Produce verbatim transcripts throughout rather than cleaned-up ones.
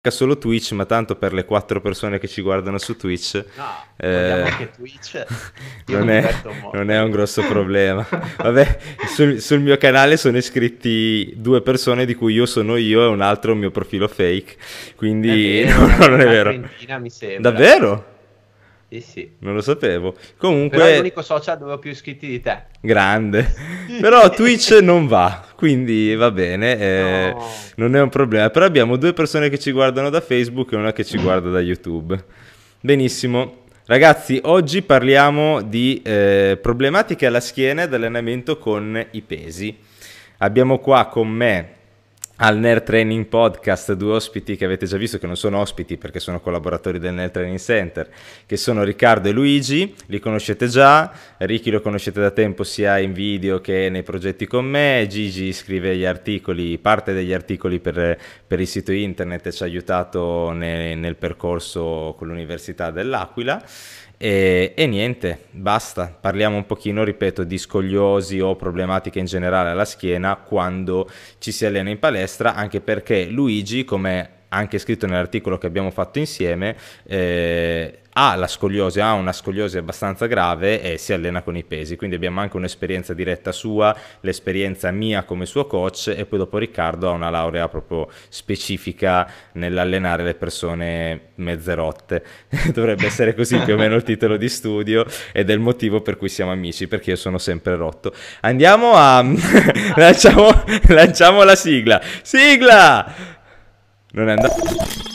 solo Twitch, ma tanto per le quattro persone che ci guardano su Twitch No, vogliamo eh, anche Twitch. Io non mi è, diverto non molto è un lì. grosso problema. Vabbè, sul, sul mio canale sono iscritti due persone di cui io sono io e un altro è un mio profilo fake, È quindi vero, no, ne no, avevo non è una vero. trentina, mi sembra. Davvero? Sì, sì. Non lo sapevo. Però è Comunque, l'unico social dove ho più iscritti di te. grande. Però Twitch non va, quindi va bene, eh, No. non è un problema. Però abbiamo due persone che ci guardano da Facebook e una che ci guarda da YouTube. Benissimo. Ragazzi, oggi parliamo di eh, problematiche alla schiena e dell'allenamento con i pesi. Abbiamo qua con me al Nerd Training Podcast due ospiti che avete già visto, che non sono ospiti perché sono collaboratori del Nerd Training Center, che sono Riccardo e Luigi. Li conoscete già, Ricky lo conoscete da tempo sia in video che nei progetti con me, Gigi scrive gli articoli, parte degli articoli per, per il sito internet e ci ha aiutato ne, nel percorso con l'Università dell'Aquila. E, e niente, basta, parliamo un pochino, ripeto, di scoliosi o problematiche in generale alla schiena quando ci si allena in palestra, anche perché Luigi, come anche scritto nell'articolo che abbiamo fatto insieme, eh, ha la scoliosi, ha una scoliosi abbastanza grave e si allena con i pesi, quindi abbiamo anche un'esperienza diretta sua, l'esperienza mia come suo coach, e poi dopo Riccardo ha una laurea proprio specifica nell'allenare le persone mezze rotte. Dovrebbe essere così più o meno il titolo di studio ed è il motivo per cui siamo amici, perché io sono sempre rotto. Andiamo a... lanciamo, lanciamo la sigla. Sigla! Non è andato...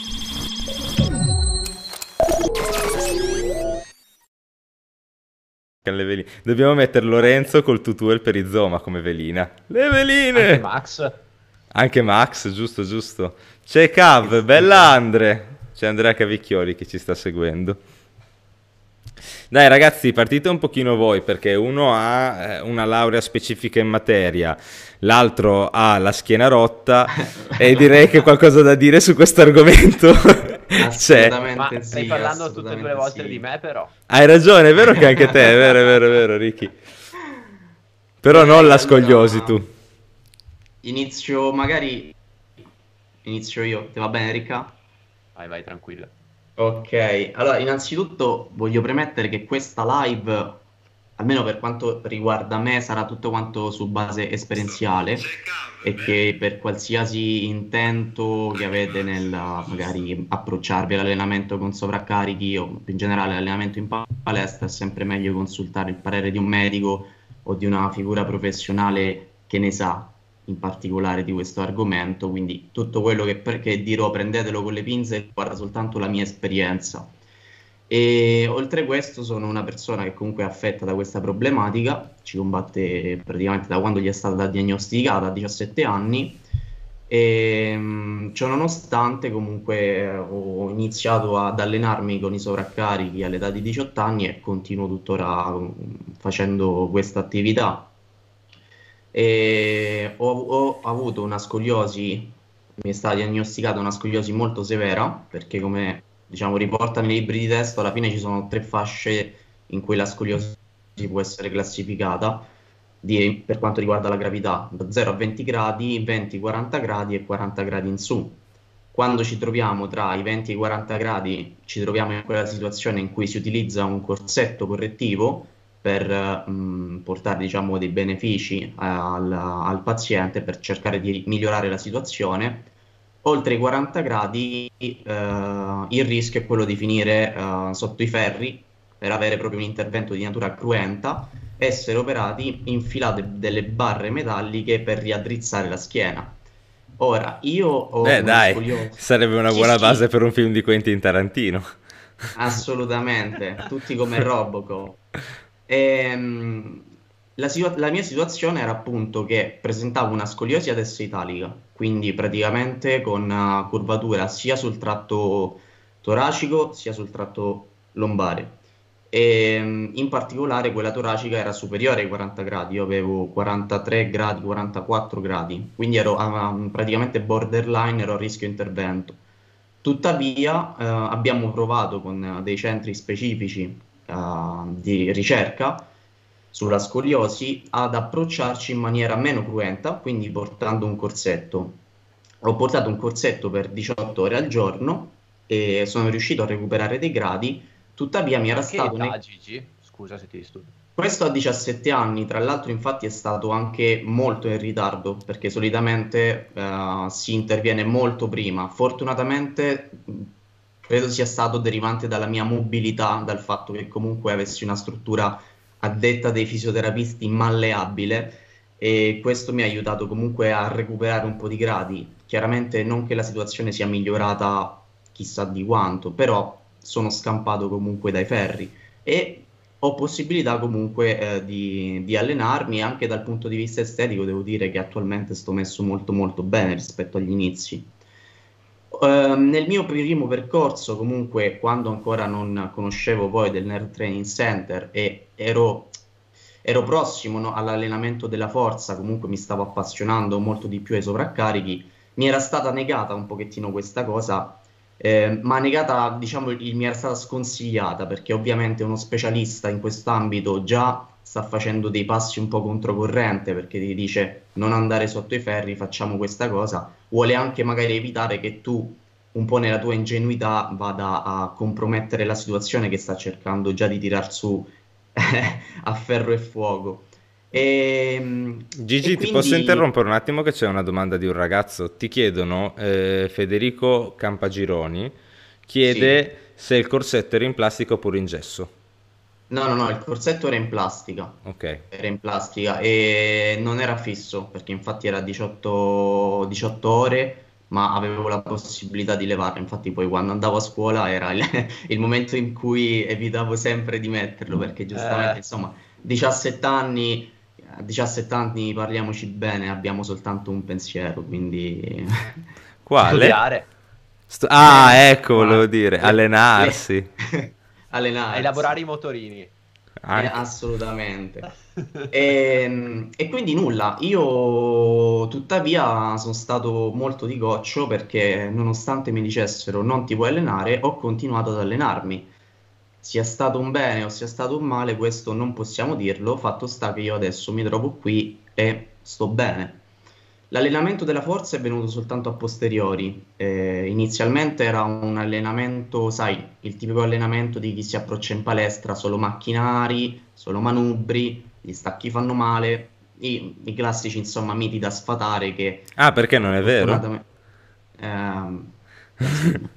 Le veline. Dobbiamo mettere Lorenzo col tutuel per Izoma come velina. Le Anche veline! Max. Anche Max, giusto, giusto. C'è Cav, bella Andre. C'è Andrea Cavicchioli che ci sta seguendo. Dai ragazzi, partite un pochino voi, perché uno ha eh, una laurea specifica in materia, l'altro ha la schiena rotta e direi che qualcosa da dire su questo argomento c'è. Ma Assolutamente stai sì, parlando tutte e due le assolutamente volte di sì. me, però. Hai ragione, è vero che anche te, è vero, è vero, è vero, Ricky. Però non Direi la scoliosi allora tu. inizio, magari inizio io, ti va bene Ricca? Vai, vai, tranquilla. Ok, allora innanzitutto voglio premettere che questa live, almeno per quanto riguarda me, sarà tutto quanto su base esperienziale e che per qualsiasi intento che avete nel magari approcciarvi all'allenamento con sovraccarichi o in generale all'allenamento in pa- palestra è sempre meglio consultare il parere di un medico o di una figura professionale che ne sa in particolare di questo argomento, quindi tutto quello che, per- che dirò prendetelo con le pinze, riguarda soltanto la mia esperienza. E oltre a questo sono una persona che comunque è affetta da questa problematica, ci combatte praticamente da quando gli è stata diagnosticata a diciassette anni e mh, ciò nonostante comunque eh, ho iniziato ad allenarmi con i sovraccarichi all'età di diciotto anni e continuo tuttora mh, facendo questa attività e ho, ho avuto una scoliosi, mi è stata diagnosticata una scoliosi molto severa, perché come diciamo riportano i libri di testo, alla fine ci sono tre fasce in cui la scoliosi può essere classificata di- per quanto riguarda la gravità, da zero a venti gradi, venti quaranta gradi e quaranta gradi in su. Quando ci troviamo tra i venti e i quaranta gradi, ci troviamo in quella situazione in cui si utilizza un corsetto correttivo per mh, portare diciamo, dei benefici al, al paziente per cercare di migliorare la situazione. Oltre i quaranta gradi, eh, il rischio è quello di finire eh, sotto i ferri per avere proprio un intervento di natura cruenta, essere operati, infilate delle barre metalliche per riaddrizzare la schiena. Ora, io ho Beh una dai, scoliosi. sarebbe una Sì, buona base sì, per un film di Quentin Tarantino. assolutamente, tutti come Robocop. Ehm, la, situa- la mia situazione era appunto che presentavo una scoliosi ad S italica, quindi praticamente con una curvatura sia sul tratto toracico sia sul tratto lombare. E, mm, in particolare quella toracica era superiore ai quaranta gradi, io avevo quarantatré gradi, quarantaquattro gradi, quindi ero ah, praticamente borderline, ero a rischio intervento. Tuttavia, eh, abbiamo provato con eh, dei centri specifici eh, di ricerca sulla scoliosi ad approcciarci in maniera meno cruenta, quindi portando un corsetto. ho portato un corsetto per diciotto ore al giorno e sono riuscito a recuperare dei gradi, tuttavia mi era A che stato... età, ne- Gigi? Scusa se ti disturbo. Questo a diciassette anni, tra l'altro infatti è stato anche molto in ritardo perché solitamente eh, si interviene molto prima. Fortunatamente mh, credo sia stato derivante dalla mia mobilità, dal fatto che comunque avessi una struttura a detta dei fisioterapisti malleabile e questo mi ha aiutato comunque a recuperare un po' di gradi. Chiaramente non che la situazione sia migliorata chissà di quanto, però sono scampato comunque dai ferri e ho possibilità comunque eh, di, di allenarmi anche dal punto di vista estetico, devo dire che attualmente sto messo molto molto bene rispetto agli inizi. Ehm, nel mio primo percorso, comunque, quando ancora non conoscevo poi del Nerd Training Center e ero, ero prossimo, no, all'allenamento della forza, comunque mi stavo appassionando molto di più ai sovraccarichi, mi era stata negata un pochettino questa cosa, eh, ma negata, diciamo, il- mi era stata sconsigliata perché ovviamente uno specialista in quest'ambito già sta facendo dei passi un po' controcorrente perché ti dice non andare sotto i ferri, facciamo questa cosa, vuole anche magari evitare che tu, un po' nella tua ingenuità, vada a compromettere la situazione che sta cercando già di tirar su a ferro e fuoco. E, e Gigi, ti posso quindi interrompere un attimo che c'è una domanda di un ragazzo. Ti chiedono, eh, Federico Campagironi sì, chiede se il corsetto era in plastica oppure in gesso. no, no, no, il corsetto era in plastica, Ok. era in plastica e non era fisso perché infatti era diciotto, diciotto ore, ma avevo la possibilità di levarlo. Infatti, poi quando andavo a scuola era il, il momento in cui evitavo sempre di metterlo perché giustamente, Eh, insomma, diciassette anni, a diciassette anni parliamoci bene, abbiamo soltanto un pensiero, quindi Quale? studiare, Sto- eh, ah, ecco, volevo ma dire, le- le- allenarsi. allenarsi. elaborare i motorini. Eh, Anche. assolutamente. E, e quindi nulla, io tuttavia sono stato molto di goccio perché nonostante mi dicessero non ti puoi allenare, ho continuato ad allenarmi. Sia stato un bene o sia stato un male, questo non possiamo dirlo, fatto sta che io adesso mi trovo qui e sto bene. L'allenamento della forza è venuto soltanto a posteriori. Eh, inizialmente era un allenamento, sai, il tipico allenamento di chi si approccia in palestra, solo macchinari, solo manubri, gli stacchi fanno male, i, i classici, insomma, miti da sfatare che Ah, perché non è vero? fortunatamente... ehm, insomma.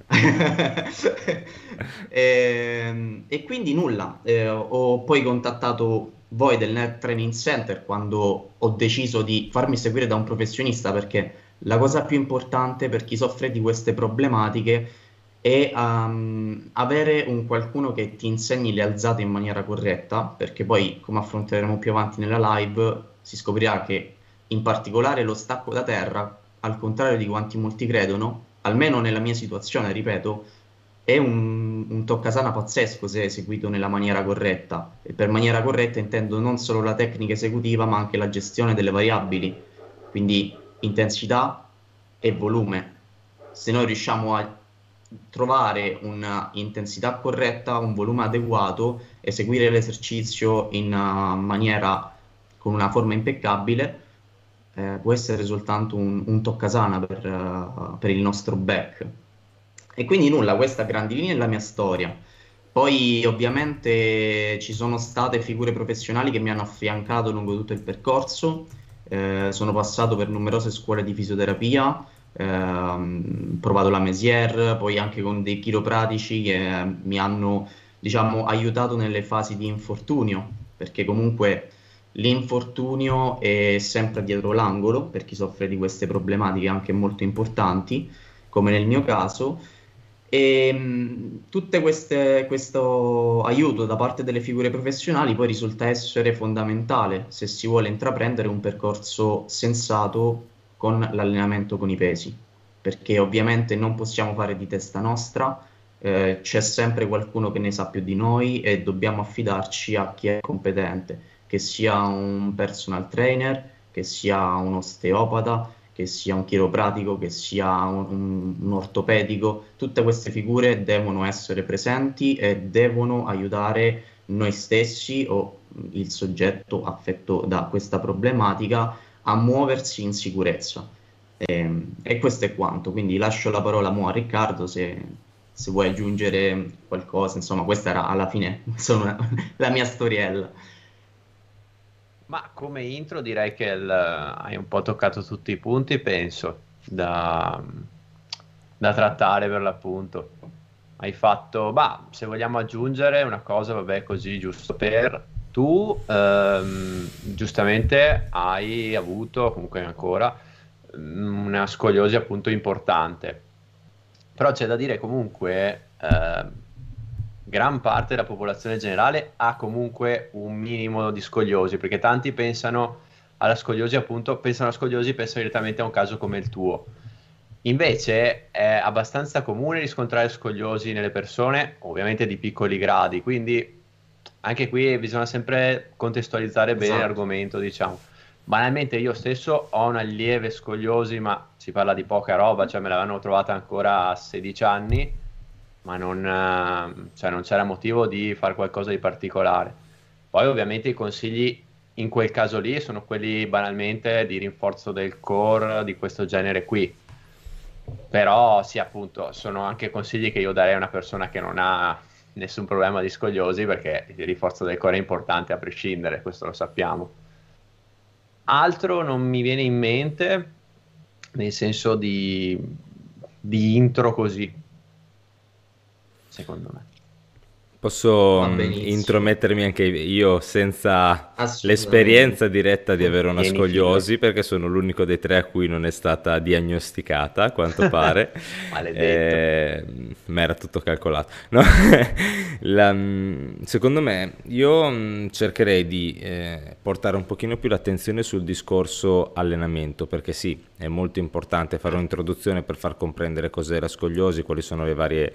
Ehm, E, quindi nulla, eh, ho poi contattato voi del Net Training Center quando ho deciso di farmi seguire da un professionista perché la cosa più importante per chi soffre di queste problematiche è ehm, avere un qualcuno che ti insegni le alzate in maniera corretta, perché poi, come affronteremo più avanti nella live, si scoprirà che in particolare lo stacco da terra, al contrario di quanti molti credono, almeno nella mia situazione, ripeto, è un, un toccasana pazzesco se eseguito nella maniera corretta. E per maniera corretta intendo non solo la tecnica esecutiva, ma anche la gestione delle variabili, quindi intensità e volume. Se noi riusciamo a trovare una intensità corretta, un volume adeguato, eseguire l'esercizio in uh, maniera con una forma impeccabile, eh, può essere soltanto un, un toccasana per, uh, per il nostro back. E quindi nulla, questa a grandi linee è la mia storia. Poi ovviamente ci sono state figure professionali che mi hanno affiancato lungo tutto il percorso. Eh, sono passato per numerose scuole di fisioterapia, ehm, provato la Mesier, poi anche con dei chiropratici che mi hanno, diciamo, aiutato nelle fasi di infortunio, perché comunque l'infortunio è sempre dietro l'angolo per chi soffre di queste problematiche anche molto importanti, come nel mio caso. E mh, tutte queste, questo aiuto da parte delle figure professionali poi risulta essere fondamentale se si vuole intraprendere un percorso sensato con l'allenamento con i pesi, perché ovviamente non possiamo fare di testa nostra, eh, c'è sempre qualcuno che ne sa più di noi e dobbiamo affidarci a chi è competente, che sia un personal trainer, che sia un osteopata, che sia un chiropratico, che sia un, un- un ortopedico, tutte queste figure devono essere presenti e devono aiutare noi stessi o il soggetto affetto da questa problematica a muoversi in sicurezza. E, e questo è quanto, quindi lascio la parola mo a Riccardo se, se vuoi aggiungere qualcosa, insomma questa era alla fine solo una- la mia storiella. Ma come intro direi che il- hai un po' toccato tutti i punti, penso, da, da trattare per l'appunto. Hai fatto, bah, se vogliamo aggiungere una cosa, vabbè, così giusto per tu, ehm, giustamente hai avuto, comunque ancora, mm, una scoliosi appunto importante. Però c'è da dire comunque, ehm, gran parte della popolazione generale ha comunque un minimo di scoliosi, perché tanti pensano alla scoliosi, appunto, pensano alla scoliosi, pensano direttamente a un caso come il tuo. Invece è abbastanza comune riscontrare scoliosi nelle persone, ovviamente di piccoli gradi, quindi anche qui bisogna sempre contestualizzare bene Esatto. l'argomento, diciamo. Banalmente io stesso ho una lieve scoliosi, ma si parla di poca roba, cioè me l'avevano trovata ancora a sedici anni, ma non, eh, cioè non c'era motivo di fare qualcosa di particolare. Poi ovviamente i consigli in quel caso lì sono quelli banalmente di rinforzo del core, di questo genere qui. Però sì, appunto, sono anche consigli che io darei a una persona che non ha nessun problema di scoliosi, perché il rinforzo del core è importante a prescindere, questo lo sappiamo. Altro non mi viene in mente, nel senso di, di intro così, secondo me. Posso Va mh, benissimo, intromettermi anche io senza assolutamente. l'esperienza diretta di avere una Tieni filo, scoliosi, perché sono l'unico dei tre a cui non è stata diagnosticata, a quanto pare. maledetto. Eh, ma era tutto calcolato. No? La- mh, secondo me, io mh, cercherei di eh, portare un pochino più l'attenzione sul discorso allenamento, perché sì, è molto importante fare un'introduzione per far comprendere cos'è la scoliosi, quali sono le varie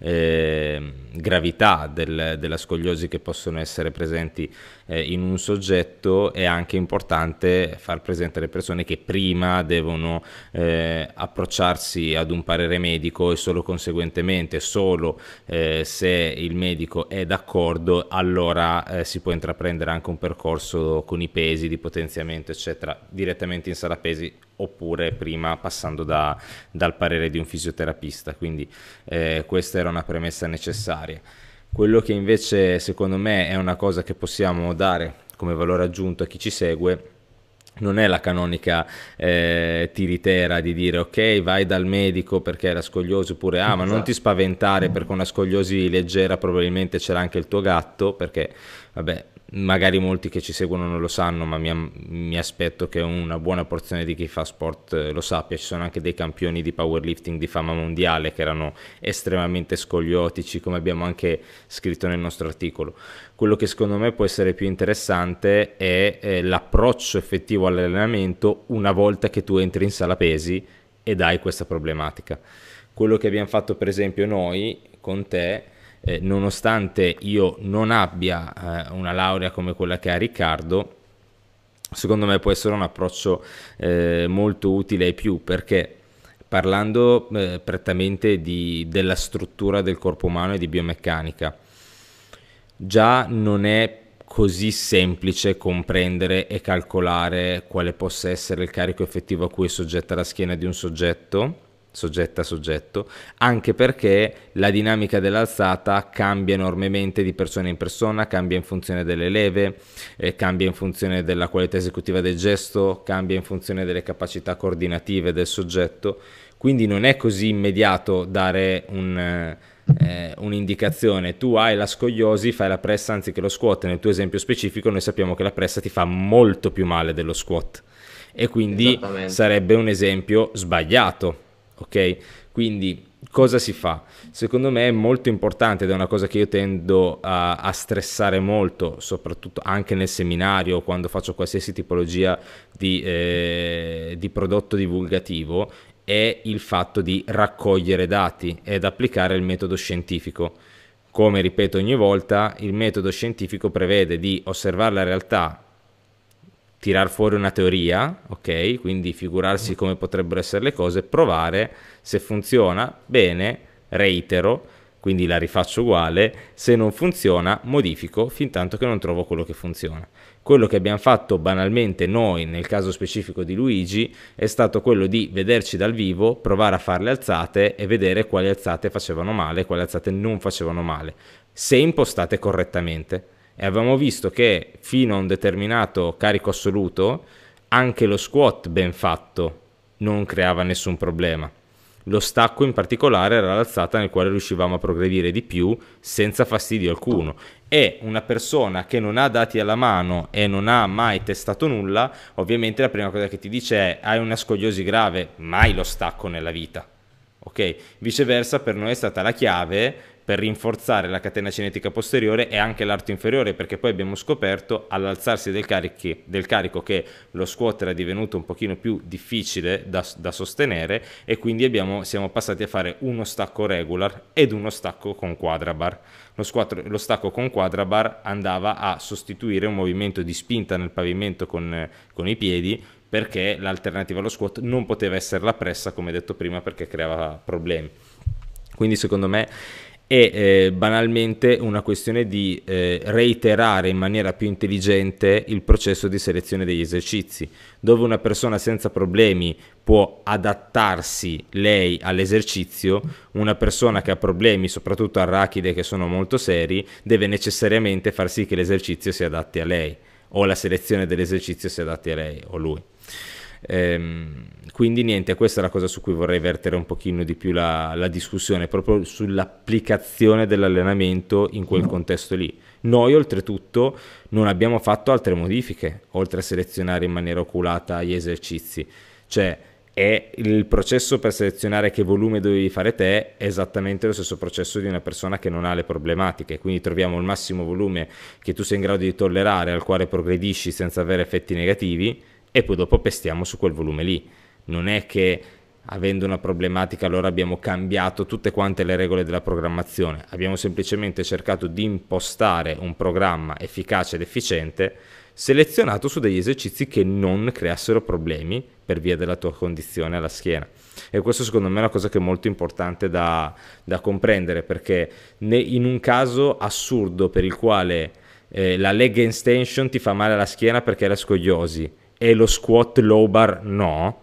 eh, gravità del- della scoliosi che possono essere presenti eh, in un soggetto. È anche importante far presente alle persone che prima devono eh, approcciarsi ad un parere medico e solo conseguentemente, solo eh, se il medico è d'accordo, allora eh, si può intraprendere anche un percorso con i pesi di potenziamento, eccetera, direttamente in sala pesi, oppure prima passando da, dal parere di un fisioterapista. Quindi eh, questa era una premessa necessaria. Quello che invece secondo me è una cosa che possiamo dare come valore aggiunto a chi ci segue non è la canonica eh, tiritera di dire ok, vai dal medico perché è la scoliosi, oppure ah, ma non ti Esatto. spaventare perché una scoliosi leggera probabilmente ce l'ha anche il tuo gatto, perché vabbè, magari molti che ci seguono non lo sanno, ma mi, mi aspetto che una buona porzione di chi fa sport eh, lo sappia. Ci sono anche dei campioni di powerlifting di fama mondiale che erano estremamente scoliotici, come abbiamo anche scritto nel nostro articolo. Quello che secondo me può essere più interessante è eh, l'approccio effettivo all'allenamento una volta che tu entri in sala pesi ed hai questa problematica. Quello che abbiamo fatto per esempio noi con te, eh, nonostante io non abbia eh, una laurea come quella che ha Riccardo, secondo me può essere un approccio eh, molto utile ai più, perché parlando eh, prettamente di, della struttura del corpo umano e di biomeccanica, già non è così semplice comprendere e calcolare quale possa essere il carico effettivo a cui è soggetta la schiena di un soggetto, soggetta a soggetto, anche perché la dinamica dell'alzata cambia enormemente di persona in persona, cambia in funzione delle leve, eh, cambia in funzione della qualità esecutiva del gesto, cambia in funzione delle capacità coordinative del soggetto, quindi non è così immediato dare un... eh, eh, un'indicazione. Tu hai la scoliosi, fai la pressa anziché lo squat. Nel tuo esempio specifico noi sappiamo che la pressa ti fa molto più male dello squat e quindi Esattamente. sarebbe un esempio sbagliato, ok? Quindi cosa si fa? Secondo me è molto importante ed è una cosa che io tendo a, a stressare molto, soprattutto anche nel seminario, quando faccio qualsiasi tipologia di, eh, di prodotto divulgativo, è il fatto di raccogliere dati ed applicare il metodo scientifico. Come ripeto ogni volta, il metodo scientifico prevede di osservare la realtà, tirar fuori una teoria, ok? Quindi figurarsi come potrebbero essere le cose, provare, se funziona, bene, reitero, quindi la rifaccio uguale, se non funziona modifico fin tanto che non trovo quello che funziona. Quello che abbiamo fatto banalmente noi nel caso specifico di Luigi è stato quello di vederci dal vivo, provare a fare le alzate e vedere quali alzate facevano male e quali alzate non facevano male, se impostate correttamente. E avevamo visto che fino a un determinato carico assoluto anche lo squat ben fatto non creava nessun problema. Lo stacco in particolare era l'alzata nel quale riuscivamo a progredire di più senza fastidio alcuno, e una persona che non ha dati alla mano e non ha mai testato nulla, ovviamente la prima cosa che ti dice è: hai una scoliosi grave, mai lo stacco nella vita, ok? Viceversa per noi è stata la chiave per rinforzare la catena cinetica posteriore e anche l'arto inferiore, perché poi abbiamo scoperto all'alzarsi del, carichi, del carico che lo squat era divenuto un pochino più difficile da, da sostenere, e quindi abbiamo, siamo passati a fare uno stacco regular ed uno stacco con quadrabar. Lo, squat, lo stacco con quadrabar andava a sostituire un movimento di spinta nel pavimento con, con i piedi, perché l'alternativa allo squat non poteva essere la pressa, come detto prima, perché creava problemi. Quindi secondo me è eh, banalmente una questione di eh, reiterare in maniera più intelligente il processo di selezione degli esercizi, dove una persona senza problemi può adattarsi lei all'esercizio, una persona che ha problemi, soprattutto arachide che sono molto seri, deve necessariamente far sì che l'esercizio si adatti a lei, o la selezione dell'esercizio si adatti a lei o lui. Ehm, quindi niente, questa è la cosa su cui vorrei vertere un pochino di più la, la discussione, proprio sull'applicazione dell'allenamento in quel contesto lì. Noi oltretutto non abbiamo fatto altre modifiche oltre a selezionare in maniera oculata gli esercizi, cioè è il processo per selezionare che volume dovevi fare te è esattamente lo stesso processo di una persona che non ha le problematiche, quindi troviamo il massimo volume che tu sei in grado di tollerare, al quale progredisci senza avere effetti negativi, e poi dopo pestiamo su quel volume lì. Non è che avendo una problematica allora abbiamo cambiato tutte quante le regole della programmazione, abbiamo semplicemente cercato di impostare un programma efficace ed efficiente selezionato su degli esercizi che non creassero problemi per via della tua condizione alla schiena. E questo secondo me è una cosa che è molto importante da, da comprendere, perché ne, in un caso assurdo per il quale eh, la leg extension ti fa male alla schiena perché è la scoliosi e lo squat low bar no,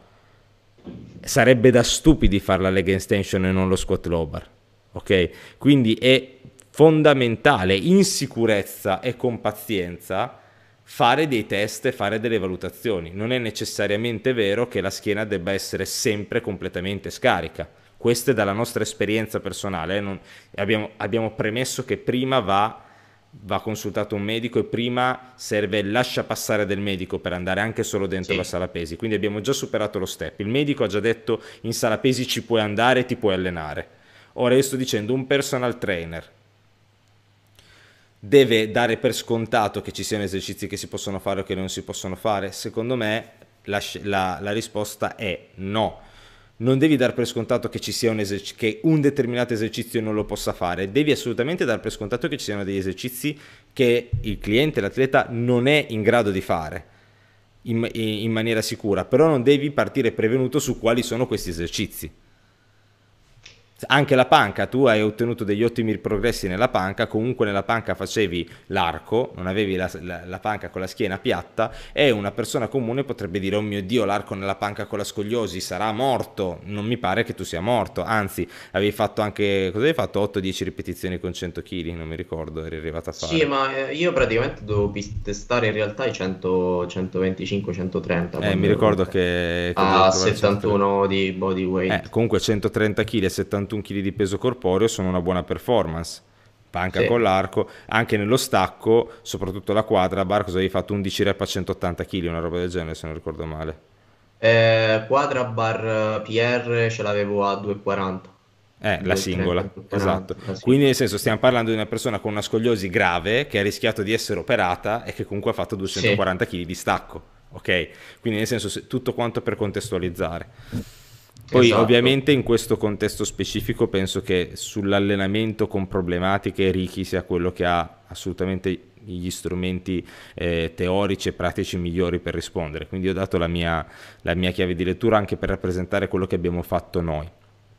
sarebbe da stupidi fare la leg extension e non lo squat low bar, ok? Quindi è fondamentale in sicurezza e con pazienza fare dei test e fare delle valutazioni. Non è necessariamente vero che la schiena debba essere sempre completamente scarica. Questo è dalla nostra esperienza personale, eh? Non, abbiamo, abbiamo premesso che prima va va consultato un medico e prima serve il lascia passare del medico per andare anche solo dentro sì. la sala pesi, quindi abbiamo già superato lo step. Il medico ha già detto in sala pesi ci puoi andare, ti puoi allenare. Ora io sto dicendo un personal trainer deve dare per scontato che ci siano esercizi che si possono fare o che non si possono fare? Secondo me la, la, la risposta è no. Non devi dar per scontato che ci sia un esercizio, che un determinato esercizio non lo possa fare, devi assolutamente dar per scontato che ci siano degli esercizi che il cliente, l'atleta non è in grado di fare in, in maniera sicura, però non devi partire prevenuto su quali sono questi esercizi. Anche la panca, tu hai ottenuto degli ottimi progressi nella panca, comunque nella panca facevi l'arco, non avevi la, la, la panca con la schiena piatta, e una persona comune potrebbe dire: oh mio Dio, l'arco nella panca con la scoliosi, sarà morto. Non mi pare che tu sia morto, anzi avevi fatto anche, cosa avevi fatto? otto dieci ripetizioni con cento chili, non mi ricordo, eri arrivato a fare. Sì, ma io praticamente dovevo testare in realtà i cento, centoventicinque centotrenta. Eh, mi ricordo che... a settantuno di body weight. Eh, comunque centotrenta chili e settantuno chili di peso corporeo sono una buona performance. Panca sì. con l'arco, anche nello stacco, soprattutto la quadrabar, cosa avevi fatto? undici rep a centottanta chili, una roba del genere se non ricordo male. Eh, quadrabar P R ce l'avevo a due e quaranta. Eh, la singola, esatto. La Quindi nel senso stiamo parlando di una persona con una scoliosi grave che ha rischiato di essere operata e che comunque ha fatto duecentoquaranta chili di stacco, ok? Quindi nel senso tutto quanto per contestualizzare. Poi esatto. Ovviamente in questo contesto specifico penso che sull'allenamento con problematiche Ricky sia quello che ha assolutamente gli strumenti eh, teorici e pratici migliori per rispondere, quindi ho dato la mia, la mia chiave di lettura anche per rappresentare quello che abbiamo fatto noi.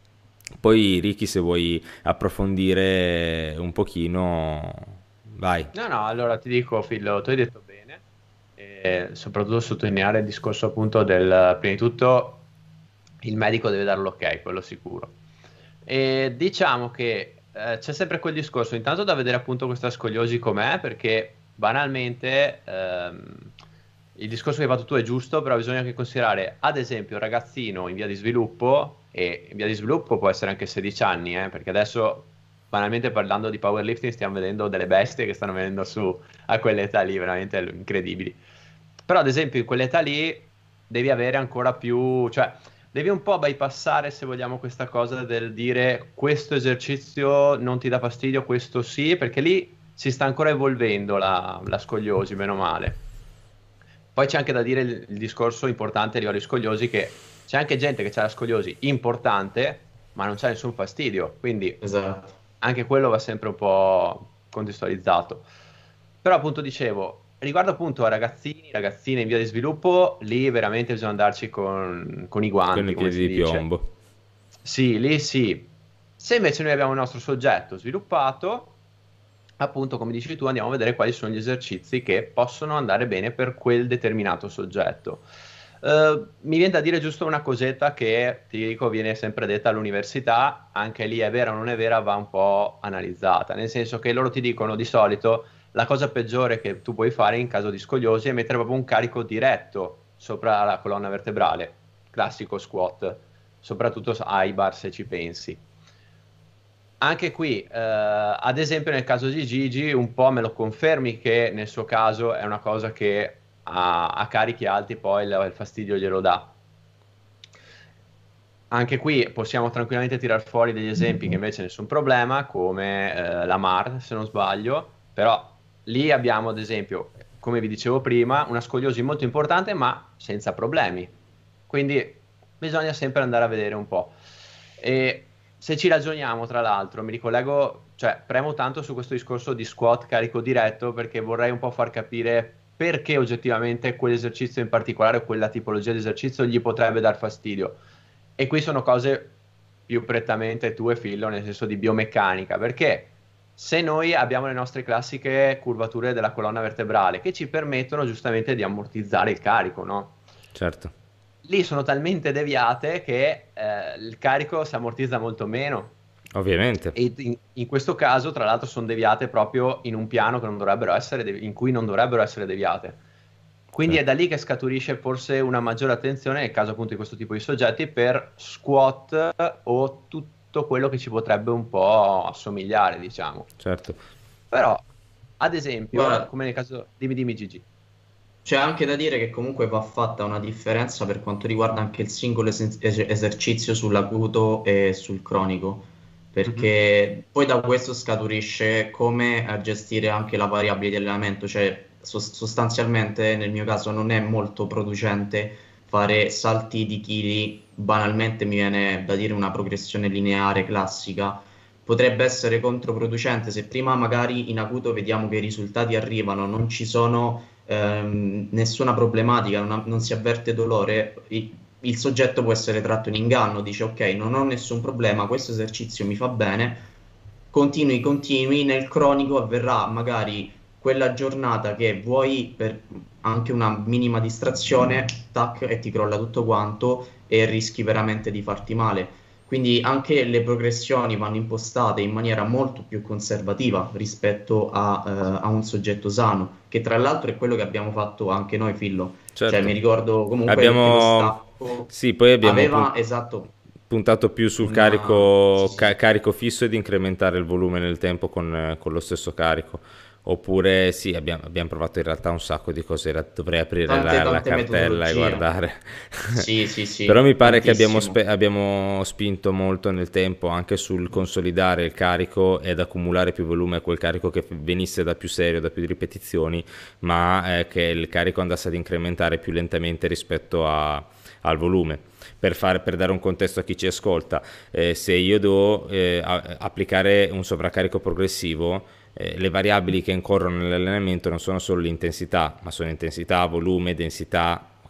Poi Ricky, se vuoi approfondire un pochino, vai. No, no, allora ti dico, Fillo, tu hai detto bene, e soprattutto sottolineare il discorso appunto del, prima di tutto, il medico deve dare l'ok, quello sicuro. E diciamo che eh, c'è sempre quel discorso, intanto da vedere appunto questa scoliosi com'è, perché banalmente ehm, il discorso che hai fatto tu è giusto, però bisogna anche considerare, ad esempio, un ragazzino in via di sviluppo, e in via di sviluppo può essere anche sedici anni, eh, perché adesso, banalmente parlando di powerlifting, stiamo vedendo delle bestie che stanno venendo su a quell'età lì, veramente incredibili. Però, ad esempio, in quell'età lì devi avere ancora più, cioè, devi un po' bypassare, se vogliamo, questa cosa del dire questo esercizio non ti dà fastidio, questo sì, perché lì si sta ancora evolvendo la, la scoliosi, meno male. Poi c'è anche da dire il, il discorso importante a livello di scoliosi, che c'è anche gente che ha la scoliosi importante, ma non c'ha nessun fastidio, quindi Esatto. anche quello va sempre un po' contestualizzato. Però appunto dicevo, riguardo appunto a ragazzini, ragazzine in via di sviluppo, lì veramente bisogna andarci con, con i Con guanti, i come piedi si di dice. piombo. Sì, lì sì. Se invece noi abbiamo il nostro soggetto sviluppato, appunto, come dici tu, andiamo a vedere quali sono gli esercizi che possono andare bene per quel determinato soggetto. Eh, mi viene da dire giusto una cosetta che ti dico viene sempre detta all'università, anche lì è vera o non è vera, va un po' analizzata, nel senso che loro ti dicono di solito la cosa peggiore che tu puoi fare in caso di scoliosi è mettere proprio un carico diretto sopra la colonna vertebrale, classico squat, soprattutto ai bar se ci pensi. Anche qui, eh, ad esempio nel caso di Gigi, un po' me lo confermi che nel suo caso è una cosa che a, a carichi alti poi il, il fastidio glielo dà. Anche qui possiamo tranquillamente tirar fuori degli esempi che invece nessun problema, come eh, la Mar, se non sbaglio, però lì abbiamo ad esempio, come vi dicevo prima, una scoliosi molto importante ma senza problemi. Quindi bisogna sempre andare a vedere un po'. E se ci ragioniamo, tra l'altro, mi ricollego, cioè premo tanto su questo discorso di squat carico diretto perché vorrei un po' far capire perché oggettivamente quell'esercizio in particolare o quella tipologia di esercizio gli potrebbe dar fastidio. E qui sono cose più prettamente tue, Fillo, nel senso di biomeccanica, perché se noi abbiamo le nostre classiche curvature della colonna vertebrale che ci permettono giustamente di ammortizzare il carico, no? Certo, Lì sono talmente deviate che eh, il carico si ammortizza molto meno. ovviamente. E in, in questo caso, tra l'altro, sono deviate proprio in un piano che non dovrebbero essere devi- in cui non dovrebbero essere deviate. Quindi è Certo. da lì che scaturisce forse una maggiore attenzione nel caso appunto di questo tipo di soggetti per squat o tutto quello che ci potrebbe un po' assomigliare, diciamo. Certo. Però, ad esempio, Guarda, come nel caso, dimmi, dimmi Gigi. c'è anche da dire che comunque va fatta una differenza per quanto riguarda anche il singolo es- es- esercizio sull'acuto e sul cronico, Mhm. perché poi da questo scaturisce come a gestire anche la variabile di allenamento, cioè sos- sostanzialmente nel mio caso non è molto producente fare salti di chili, banalmente mi viene da dire una progressione lineare classica. Potrebbe essere controproducente se prima magari in acuto vediamo che i risultati arrivano, non ci sono ehm, nessuna problematica, non, ha- non si avverte dolore, il, il soggetto può essere tratto in inganno, dice ok, non ho nessun problema, questo esercizio mi fa bene, continui, continui, nel cronico avverrà magari quella giornata che vuoi per anche una minima distrazione, tac, e ti crolla tutto quanto e rischi veramente di farti male. Quindi anche le progressioni vanno impostate in maniera molto più conservativa rispetto a, eh, a un soggetto sano, che tra l'altro è quello che abbiamo fatto anche noi, Fillo. Cioè, mi Certo. ricordo comunque il primo Abbiamo, stacco sì, poi abbiamo pun- aveva esatto puntato più sul una... Sì, carico, ca- sì. carico fisso ed incrementare il volume nel tempo con, eh, con lo stesso carico. Oppure sì, abbiamo, abbiamo provato in realtà un sacco di cose. Ra- Dovrei aprire Tante, la, la tante cartella e metodologie. guardare. Sì, sì, Però sì, mi pare che abbiamo, tantissimo. spe- abbiamo spinto molto nel tempo anche sul consolidare il carico ed accumulare più volume a quel carico che venisse da più serio, da più ripetizioni, ma eh, che il carico andasse ad incrementare più lentamente rispetto a- al volume. Per, fare, per dare un contesto a chi ci ascolta, eh, se io devo eh, a- applicare un sovraccarico progressivo, eh, le variabili che incorrono nell'allenamento non sono solo l'intensità, ma sono intensità, volume, densità, ok?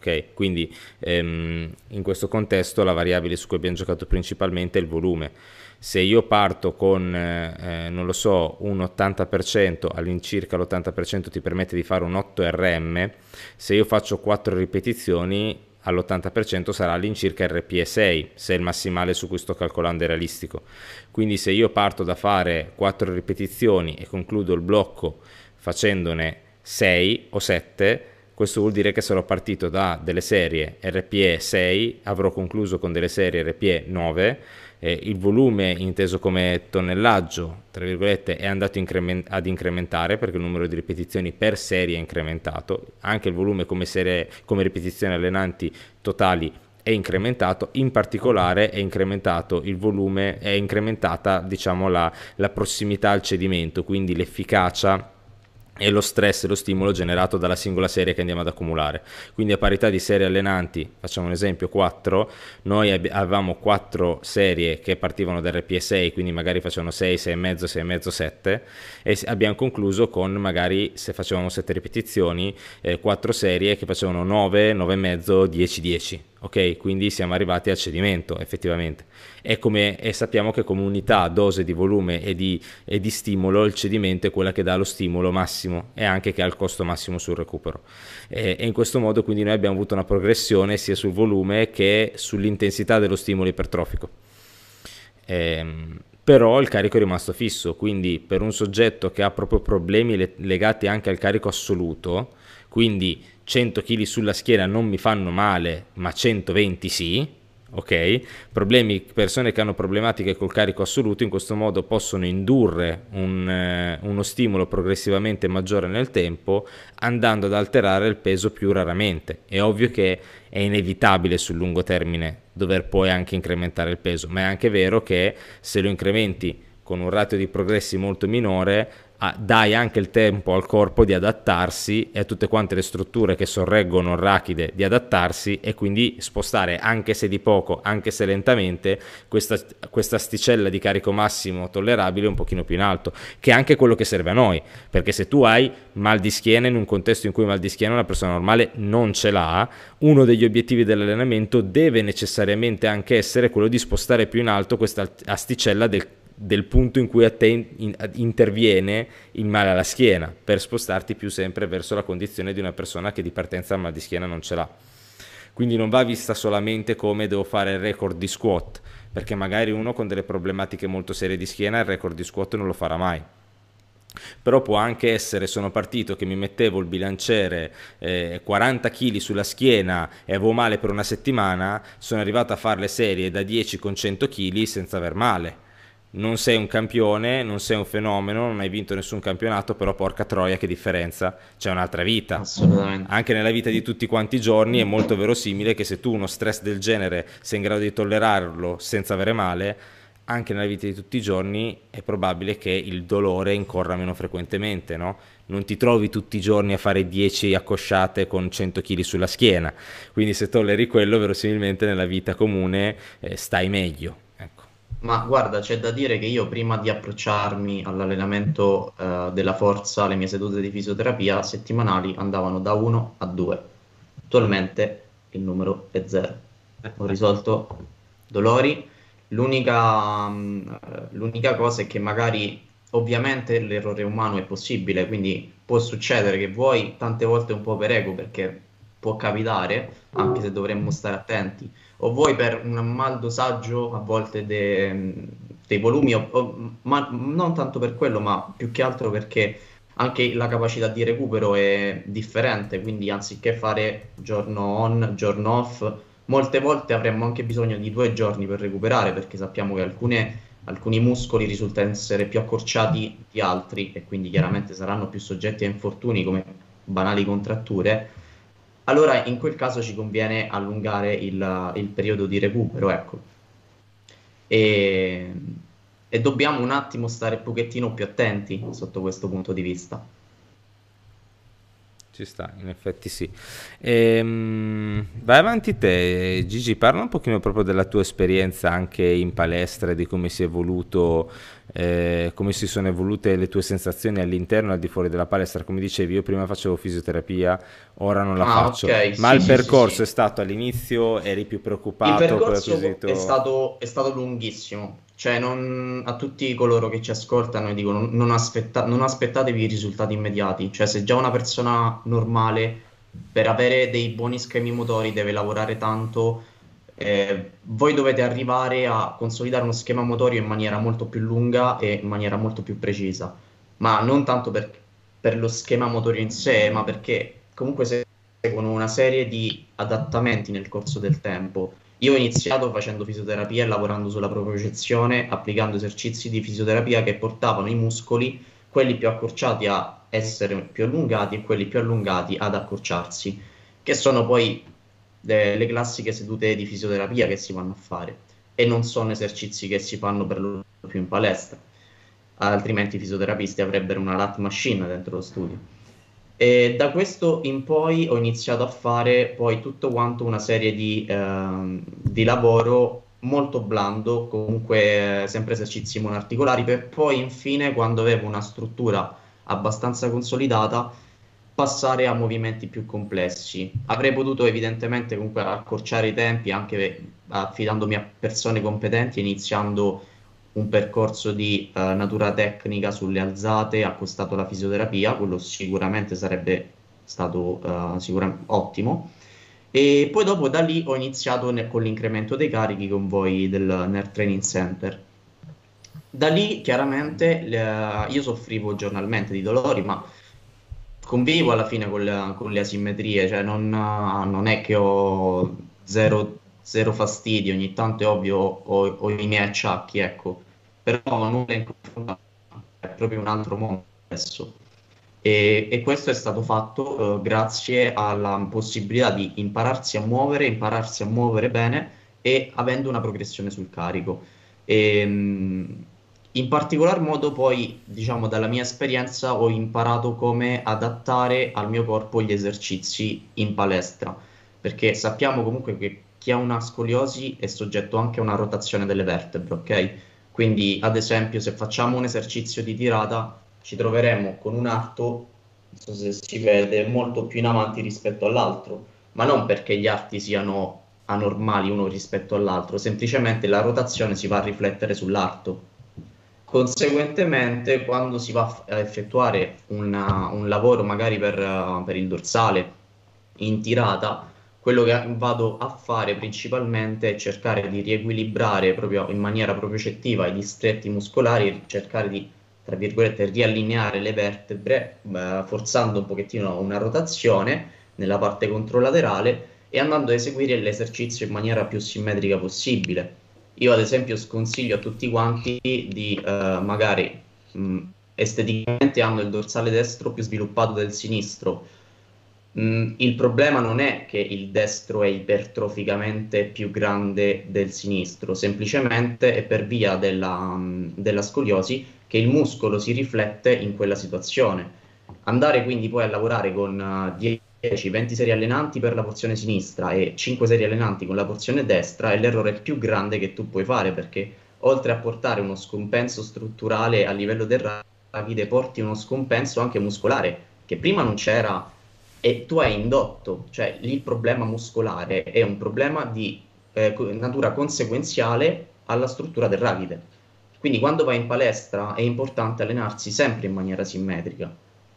ok? Quindi ehm, in questo contesto la variabile su cui abbiamo giocato principalmente è il volume. Se io parto con, eh, non lo so, un ottanta per cento, all'incirca l'ottanta per cento ti permette di fare un otto R M, se io faccio quattro ripetizioni all'ottanta per cento sarà all'incirca R P E sei, se il massimale su cui sto calcolando è realistico. Quindi se io parto da fare quattro ripetizioni e concludo il blocco facendone sei o sette, questo vuol dire che sarò partito da delle serie R P E sei, avrò concluso con delle serie R P E nove, eh, il volume inteso come tonnellaggio, tra virgolette, è andato increment- ad incrementare perché il numero di ripetizioni per serie è incrementato, anche il volume come, serie, come ripetizioni allenanti totali è incrementato, in particolare è incrementato il volume, è incrementata diciamo la, la prossimità al cedimento, quindi l'efficacia e lo stress e lo stimolo generato dalla singola serie che andiamo ad accumulare. Quindi a parità di serie allenanti, facciamo un esempio quattro, noi avevamo quattro serie che partivano da R P E sei, quindi magari facevano sei, sei e mezzo, sei e mezzo, sette, e abbiamo concluso con magari, se facevamo sette ripetizioni, eh, quattro serie che facevano nove, nove e mezzo, dieci, dieci. Ok, quindi siamo arrivati al cedimento effettivamente. E, come, e sappiamo che come unità, dose di volume e di, e di stimolo, il cedimento è quella che dà lo stimolo massimo e anche che ha il costo massimo sul recupero. E, e in questo modo quindi noi abbiamo avuto una progressione sia sul volume che sull'intensità dello stimolo ipertrofico. Ehm, però il carico è rimasto fisso, quindi per un soggetto che ha proprio problemi le- legati anche al carico assoluto, quindi cento chili sulla schiena non mi fanno male, ma centoventi sì, ok? Problemi, persone che hanno problematiche col carico assoluto in questo modo possono indurre un, eh, uno stimolo progressivamente maggiore nel tempo, andando ad alterare il peso più raramente. È ovvio che è inevitabile sul lungo termine dover poi anche incrementare il peso, ma è anche vero che se lo incrementi con un ratio di progressi molto minore, ah, dai anche il tempo al corpo di adattarsi e a tutte quante le strutture che sorreggono il rachide di adattarsi, e quindi spostare, anche se di poco, anche se lentamente, questa, questa asticella di carico massimo tollerabile un pochino più in alto, che è anche quello che serve a noi, perché se tu hai mal di schiena in un contesto in cui mal di schiena una persona normale non ce l'ha, uno degli obiettivi dell'allenamento deve necessariamente anche essere quello di spostare più in alto questa asticella del del punto in cui a te in, in, interviene il male alla schiena, per spostarti più sempre verso la condizione di una persona che di partenza il mal di schiena non ce l'ha. Quindi non va vista solamente come devo fare il record di squat, perché magari uno con delle problematiche molto serie di schiena il record di squat non lo farà mai. Però può anche essere, sono partito che mi mettevo il bilanciere eh, quaranta chili sulla schiena e avevo male per una settimana, sono arrivato a fare le serie da dieci con cento chili senza aver male. Non sei un campione, non sei un fenomeno, non hai vinto nessun campionato, però porca troia che differenza, c'è un'altra vita. Assolutamente. Anche nella vita di tutti quanti i giorni è molto verosimile che se tu uno stress del genere sei in grado di tollerarlo senza avere male, anche nella vita di tutti i giorni è probabile che il dolore incorra meno frequentemente, no? Non ti trovi tutti i giorni a fare dieci accosciate con cento chili sulla schiena, quindi se tolleri quello verosimilmente nella vita comune eh, stai meglio. Ma guarda, c'è da dire che io prima di approcciarmi all'allenamento eh, della forza, le mie sedute di fisioterapia settimanali andavano da uno a due. Attualmente il numero è zero. Ho risolto dolori. L'unica, mh, eh, l'unica cosa è che magari, ovviamente, l'errore umano è possibile, quindi può succedere che vuoi tante volte un po' per ego, perché può capitare, anche se dovremmo stare attenti, o vuoi per un mal dosaggio a volte de- dei volumi, o- o- ma non tanto per quello, ma più che altro perché anche la capacità di recupero è differente, quindi anziché fare giorno on, giorno off, molte volte avremmo anche bisogno di due giorni per recuperare, perché sappiamo che alcune- alcuni muscoli risultano essere più accorciati di altri e quindi chiaramente saranno più soggetti a infortuni come banali contratture. Allora in quel caso ci conviene allungare il, il periodo di recupero, ecco. E, e dobbiamo un attimo stare un pochettino più attenti sotto questo punto di vista. Ci sta, in effetti sì. Ehm, vai avanti te, Gigi, parla un pochino proprio della tua esperienza anche in palestra, di come si è evoluto, eh, come si sono evolute le tue sensazioni all'interno e al di fuori della palestra. Come dicevi, io prima facevo fisioterapia, ora non la Ah, faccio, ok, ma sì, il sì, sì, percorso è sì. stato all'inizio, eri più Il preoccupato, poi hai percorso è acquisito... stato, è stato lunghissimo, cioè non- a tutti coloro che ci ascoltano dico non, non aspetta- non aspettatevi risultati immediati, cioè se già una persona normale per avere dei buoni schemi motori deve lavorare tanto, eh, voi dovete arrivare a consolidare uno schema motorio in maniera molto più lunga e in maniera molto più precisa, ma non tanto per, per lo schema motorio in sé, ma perché comunque se seguono una serie di adattamenti nel corso del tempo. Io ho iniziato facendo fisioterapia e lavorando sulla propriocezione, applicando esercizi di fisioterapia che portavano i muscoli, quelli più accorciati a essere più allungati e quelli più allungati ad accorciarsi, che sono poi le, le classiche sedute di fisioterapia che si vanno a fare e non sono esercizi che si fanno per lo più in palestra, altrimenti i fisioterapisti avrebbero una lat machine dentro lo studio. E da questo in poi ho iniziato a fare poi tutto quanto una serie di, ehm, di lavoro molto blando, comunque eh, sempre esercizi monoarticolari, per poi infine, quando avevo una struttura abbastanza consolidata, passare a movimenti più complessi. Avrei potuto evidentemente comunque accorciare i tempi anche affidandomi a persone competenti, iniziando un percorso di eh, natura tecnica sulle alzate accostato alla fisioterapia, quello sicuramente sarebbe stato eh, sicura- ottimo. E poi dopo da lì ho iniziato ne- con l'incremento dei carichi con voi del Nerd Training Center. Da lì chiaramente le- io soffrivo giornalmente di dolori, ma convivo alla fine con le, con le asimmetrie, cioè non, non è che ho zero, zero fastidi, ogni tanto è ovvio ho, ho i miei acciacchi, ecco, però nulla in confronto, è proprio un altro mondo adesso. E, e questo è stato fatto eh, grazie alla possibilità di impararsi a muovere, impararsi a muovere bene e avendo una progressione sul carico. E, mh, in particolar modo poi, diciamo, dalla mia esperienza ho imparato come adattare al mio corpo gli esercizi in palestra, perché sappiamo comunque che chi ha una scoliosi è soggetto anche a una rotazione delle vertebre, ok? Quindi, ad esempio, se facciamo un esercizio di tirata, ci troveremo con un arto, non so se si vede, molto più in avanti rispetto all'altro, ma non perché gli arti siano anormali uno rispetto all'altro, semplicemente la rotazione si va a riflettere sull'arto. Conseguentemente, quando si va a effettuare una- un lavoro magari per, eh, per il dorsale in tirata, quello che vado a fare principalmente è cercare di riequilibrare proprio in maniera propriocettiva i distretti muscolari, cercare di, tra virgolette, riallineare le vertebre, eh, forzando un pochettino una rotazione nella parte controlaterale e andando a eseguire l'esercizio in maniera più simmetrica possibile. Io ad esempio sconsiglio a tutti quanti di eh, magari mh, esteticamente hanno il dorsale destro più sviluppato del sinistro. Mh, il problema non è che il destro è ipertroficamente più grande del sinistro, semplicemente è per via della, mh, della scoliosi che il muscolo si riflette in quella situazione. Andare quindi poi a lavorare con eh, dieci venti serie allenanti per la porzione sinistra e cinque serie allenanti con la porzione destra è l'errore più grande che tu puoi fare perché oltre a portare uno scompenso strutturale a livello del ravide, porti uno scompenso anche muscolare che prima non c'era e tu hai indotto, cioè il problema muscolare è un problema di eh, co- natura conseguenziale alla struttura del ravide. Quindi quando vai in palestra è importante allenarsi sempre in maniera simmetrica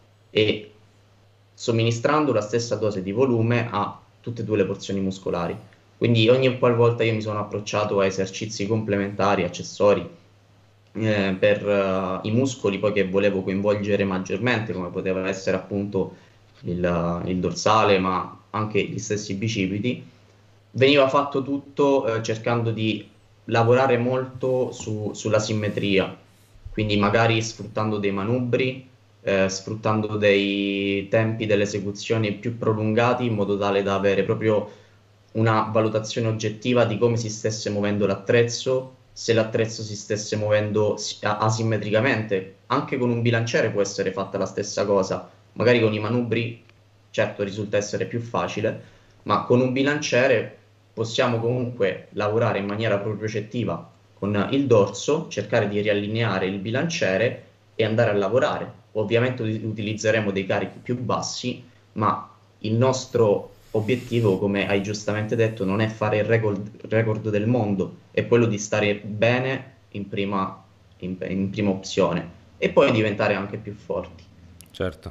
e somministrando la stessa dose di volume a tutte e due le porzioni muscolari. Quindi ogni qualvolta io mi sono approcciato a esercizi complementari, accessori eh, per eh, i muscoli poi che volevo coinvolgere maggiormente, come poteva essere appunto il, il dorsale, ma anche gli stessi bicipiti, veniva fatto tutto eh, cercando di lavorare molto su- sulla simmetria, quindi magari sfruttando dei manubri, eh, sfruttando dei tempi delle esecuzioni più prolungati in modo tale da avere proprio una valutazione oggettiva di come si stesse muovendo l'attrezzo, se l'attrezzo si stesse muovendo si- a- asimmetricamente. Anche con un bilanciere può essere fatta la stessa cosa, magari con i manubri certo risulta essere più facile, ma con un bilanciere possiamo comunque lavorare in maniera propriocettiva con il dorso, cercare di riallineare il bilanciere e andare a lavorare. Ovviamente ut- utilizzeremo dei carichi più bassi, ma il nostro obiettivo, come hai giustamente detto, non è fare il record, record del mondo, è quello di stare bene in prima, in, in prima opzione e poi diventare anche più forti. Certo.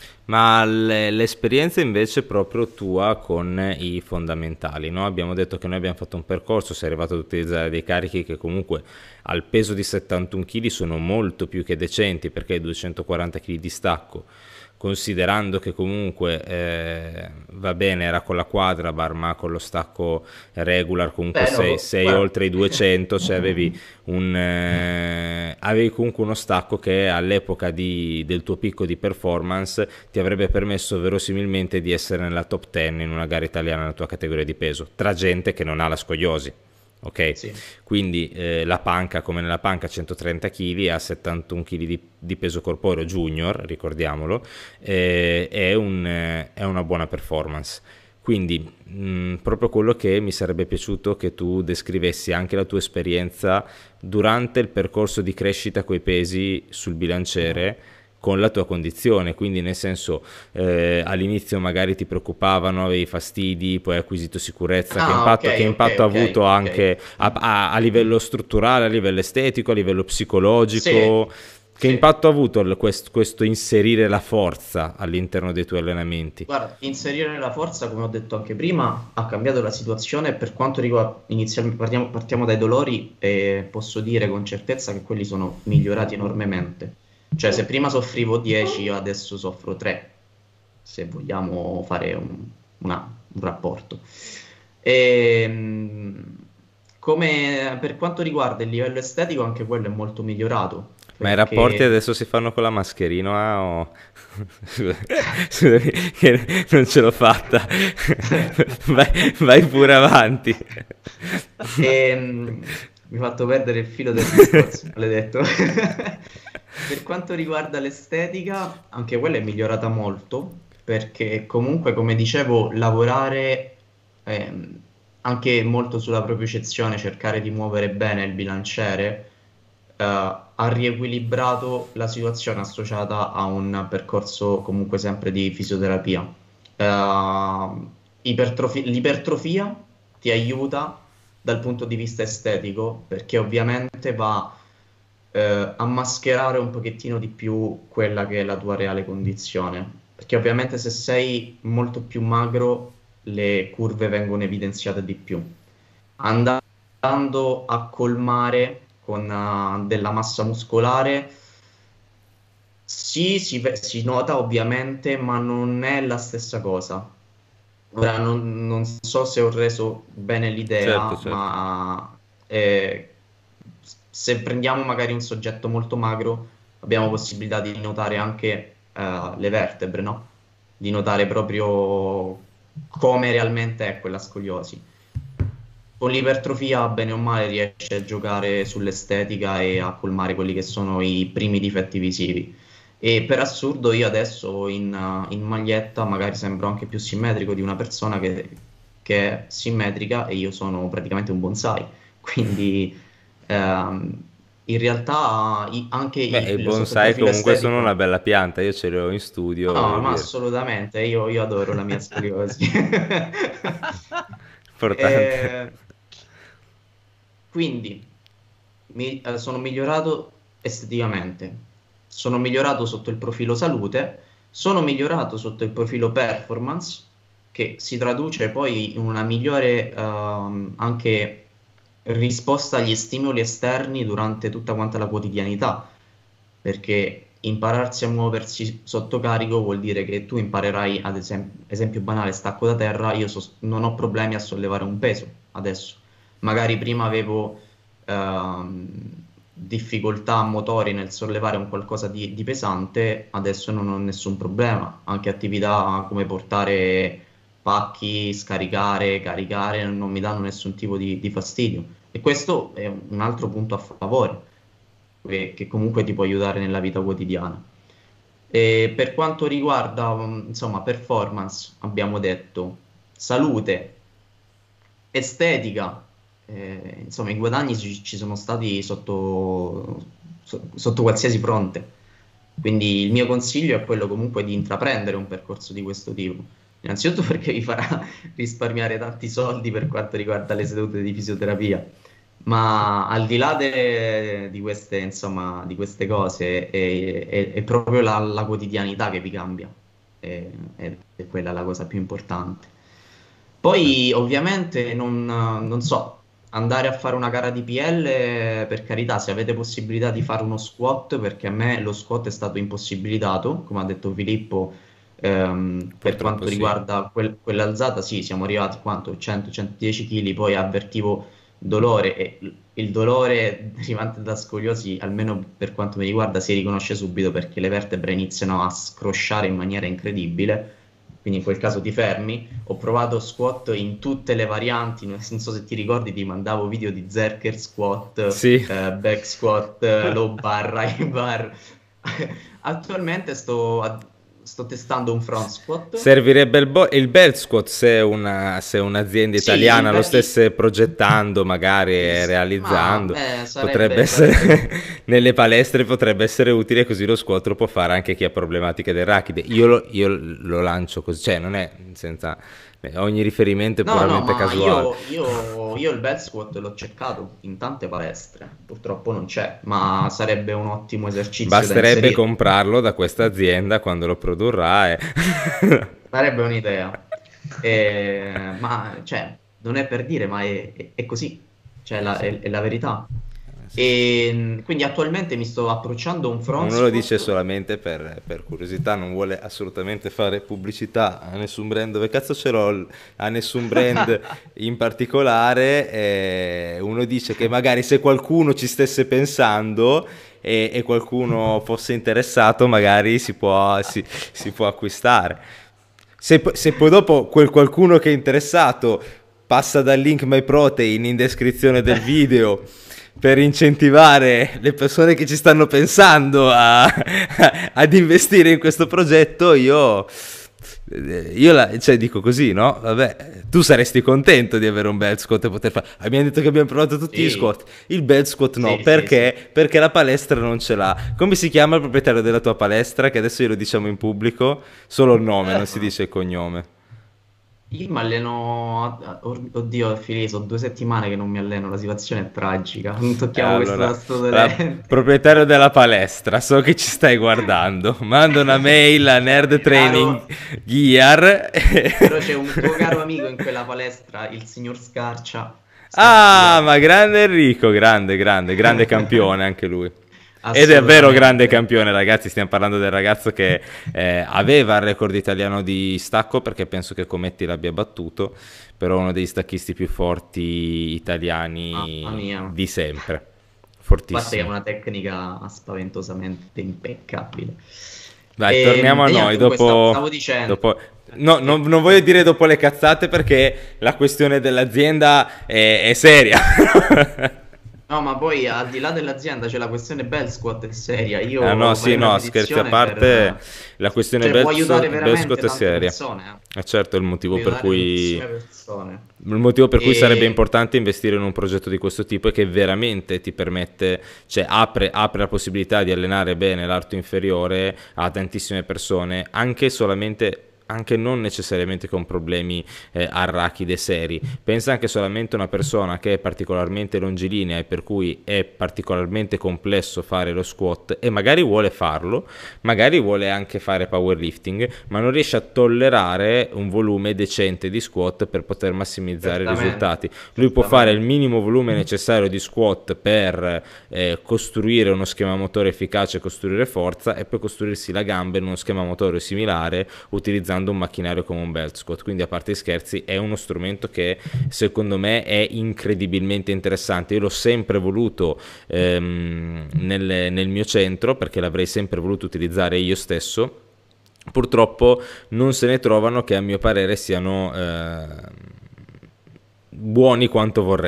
Ma le- l'esperienza invece proprio tua con i fondamentali, no? Abbiamo detto che noi abbiamo fatto un percorso, sei arrivato ad utilizzare dei carichi che comunque al peso di settantuno chili sono molto più che decenti, perché hai duecentoquaranta chili di stacco, considerando che comunque eh, va bene, era con la quadrabar, ma con lo stacco regular comunque Beh, no, sei, lo- sei guarda, oltre i duecento, cioè avevi un, eh, avevi comunque uno stacco che all'epoca di- del tuo picco di performance ti avrebbe permesso verosimilmente di essere nella top dieci in una gara italiana nella tua categoria di peso, tra gente che non ha la scoliosi. Ok, sì. quindi eh, la panca, come nella panca, centotrenta chili, ha settantuno chili di, di peso corporeo junior, ricordiamolo, eh, è, un, eh, è una buona performance. Quindi mh, proprio quello che mi sarebbe piaciuto che tu descrivessi anche la tua esperienza durante il percorso di crescita coi pesi sul bilanciere con la tua condizione, quindi nel senso eh, all'inizio magari ti preoccupavano, avevi fastidi, poi hai acquisito sicurezza, che Ah, ok, impatto, che ok, impatto ha ok, avuto ok. anche a, a- a livello strutturale, a livello estetico, a livello Sì, psicologico, che sì. impatto ha avuto il- quest- questo inserire la forza all'interno dei tuoi allenamenti? Guarda, inserire la forza, come ho detto anche prima, ha cambiato la situazione. Per quanto riguarda, inizialmente partiamo, partiamo dai dolori e posso dire con certezza che quelli sono migliorati enormemente. Cioè, se prima soffrivo dieci, io adesso soffro tre, se vogliamo fare un, una- un rapporto. E, mh, come per quanto riguarda il livello estetico, anche quello è molto migliorato, Ma i rapporti perché adesso si fanno con la mascherina ah, o... Scusami, che non ce l'ho fatta. Vai, vai pure avanti. E, mm, mi hai fatto perdere il filo del discorso, maledetto. Per quanto riguarda l'estetica, anche quella è migliorata molto, perché comunque, come dicevo, lavorare ehm, anche molto sulla propiocezione, cercare di muovere bene il bilanciere, eh, ha riequilibrato la situazione associata a un percorso comunque sempre di fisioterapia. Eh, ipertrofi- l'ipertrofia ti aiuta dal punto di vista estetico perché ovviamente va eh, a mascherare un pochettino di più quella che è la tua reale condizione. Perché ovviamente se sei molto più magro le curve vengono evidenziate di più. Andando a colmare con eh, della massa muscolare, sì, si, ve- si nota ovviamente, ma non è la stessa cosa. Ora non, non so se ho reso bene Certo, l'idea, certo. ma eh, se prendiamo magari un soggetto molto magro, abbiamo possibilità di notare anche eh, le vertebre, no? Di notare proprio come realmente è quella scoliosi. Con l'ipertrofia, bene o male, riesce a giocare sull'estetica e a colmare quelli che sono i primi difetti visivi. E per assurdo, io adesso in, uh, in maglietta magari sembro anche più simmetrico di una persona che, che è simmetrica e io sono praticamente un bonsai. Quindi, ehm, in realtà, i- anche Beh, i- i il- sotto il bonsai profilo comunque sono una estetico. bella pianta, io ce li ho in studio, No, voglio ma dire. assolutamente, io, io adoro la mia scoliosi. Importante. Eh, quindi mi- eh, sono migliorato esteticamente, sono migliorato sotto il profilo salute, sono migliorato sotto il profilo performance, che si traduce poi in una migliore ehm, anche risposta agli stimoli esterni durante tutta quanta la quotidianità, perché impararsi a muoversi sotto carico vuol dire che tu imparerai, ad esempio, esempio banale, stacco da terra, io so- non ho problemi a sollevare un peso adesso. Magari prima avevo ehm, difficoltà motori nel sollevare un qualcosa di, di pesante, adesso non ho nessun problema. Anche attività come portare pacchi, scaricare, caricare, non mi danno nessun tipo di, di fastidio. E questo è un altro punto a favore, che, che comunque ti può aiutare nella vita quotidiana. E per quanto riguarda, um, insomma, performance, abbiamo detto, salute, estetica, eh, insomma, i guadagni ci, ci sono stati sotto, so- sotto qualsiasi fronte. Quindi il mio consiglio è quello comunque di intraprendere un percorso di questo tipo. Innanzitutto perché vi farà risparmiare tanti soldi per quanto riguarda le sedute di fisioterapia, ma al di là de- di queste, insomma, di queste cose è, è- è proprio la, la quotidianità che vi cambia, è, è- è quella la cosa più importante. Poi ovviamente non, non so, andare a fare una gara di P L, per carità, se avete possibilità di fare uno squat, perché a me lo squat è stato impossibilitato, come ha detto Filippo, ehm, per Purtroppo quanto sì. riguarda quel- quell'alzata, sì, siamo arrivati quanto? cento centodieci chili, poi avvertivo dolore e l- il dolore derivante da scoliosi, almeno per quanto mi riguarda, si riconosce subito perché le vertebre iniziano a scrosciare in maniera incredibile, quindi in quel caso ti fermi. Ho provato squat in tutte le varianti, non so se ti ricordi, ti mandavo video di Zercher squat, Sì. eh, back squat, eh, low bar, high bar. Attualmente sto, a- sto testando un front squat. Servirebbe il, bo- il belt squat se, una, se un'azienda Sì, il italiana lo be- il- stesse progettando, magari il- e ma realizzando, beh, potrebbe sarebbe, sarebbe essere nelle palestre potrebbe essere utile, così lo squat lo può fare anche chi ha problematiche del rachide. Io lo, io lo lancio così, cioè non è senza ogni riferimento è No, no, puramente ma casuale. io, io, io il belt squat l'ho cercato in tante palestre, purtroppo non c'è, ma sarebbe un ottimo esercizio da Basterebbe inserire. comprarlo da questa azienda quando lo produrrà e... Sarebbe un'idea. Eh, ma cioè, non è per dire, ma è, è- è così, cioè la- Sì. è, è la verità. Sì, sì. E quindi attualmente mi sto approcciando a un front Uno lo dice squat. solamente per, per curiosità, non vuole assolutamente fare pubblicità a nessun brand, dove cazzo ce l'ho, a nessun brand in particolare. E uno dice che magari se qualcuno ci stesse pensando e, e qualcuno fosse interessato, magari si può, si, si può acquistare. Se, po- se poi dopo quel qualcuno che è interessato passa dal link MyProtein in descrizione del video per incentivare le persone che ci stanno pensando a- ad investire in questo progetto, io, io la- cioè, dico così, no? Vabbè, tu saresti contento di avere un belt squat e poter fare. Abbiamo detto che abbiamo provato tutti gli Sì, squat, il belt squat no, sì, sì, perché? sì. Perché la palestra non ce l'ha. Come si chiama il proprietario della tua palestra? Che adesso glielo diciamo in pubblico, solo il nome, non si Ah, dice il cognome. io mi alleno, oddio, Fili, sono due settimane che non mi alleno, la situazione è tragica, non Eh, tocchiamo questo allora, tasto allora, dolente. proprietario della palestra, so che ci stai guardando, manda una mail a Nerd Training Caro, Gear. però c'è un tuo caro amico in quella palestra, il signor Scarcia, Ah, Scarzia. ma grande Enrico, grande, grande, grande campione anche lui. Ed è vero grande Assolutamente. campione, ragazzi, stiamo parlando del ragazzo che eh, aveva il record italiano di stacco, perché penso che Cometti l'abbia battuto, però uno dei stacchisti più forti Mamma italiani mia. di sempre, A parte che è fortissimo. una tecnica spaventosamente impeccabile. Vai, E, torniamo a e noi niente, comunque sta- dopo... stavo dicendo. dopo... No, non, non voglio dire dopo le cazzate perché la questione dell'azienda è, è seria. No, ma poi al di là dell'azienda c'è la questione Bell Squad è seria. Ah no, Io sì, farei una no, scherzi a petizione per... parte, la questione Cioè, può aiutare Bell Bell veramente Scott è tante seria. persone. Eh. E certo, è il Può motivo per aiutare cui... tantissime persone. Il motivo per cui sarebbe E importante investire in un progetto di questo tipo è che veramente ti permette, cioè apre, apre la possibilità di allenare bene l'arto inferiore a tantissime persone, anche solamente, anche non necessariamente con problemi eh, arrachide seri. Pensa anche solamente a una persona che è particolarmente longilinea e per cui è particolarmente complesso fare lo squat e magari vuole farlo, magari vuole anche fare powerlifting, ma non riesce a tollerare un volume decente di squat per poter massimizzare i certamente, risultati. Lui può fare il certamente. minimo volume necessario di squat per eh, costruire uno schema motore efficace, costruire forza e poi costruirsi la gamba in uno schema motore similare utilizzando un macchinario come un belt squat. Quindi, a parte gli scherzi, è uno strumento che secondo me è incredibilmente interessante. Io l'ho sempre voluto ehm, nel, nel mio centro, perché l'avrei sempre voluto utilizzare io stesso. Purtroppo non se ne trovano che a mio parere siano eh, buoni quanto vorrei io.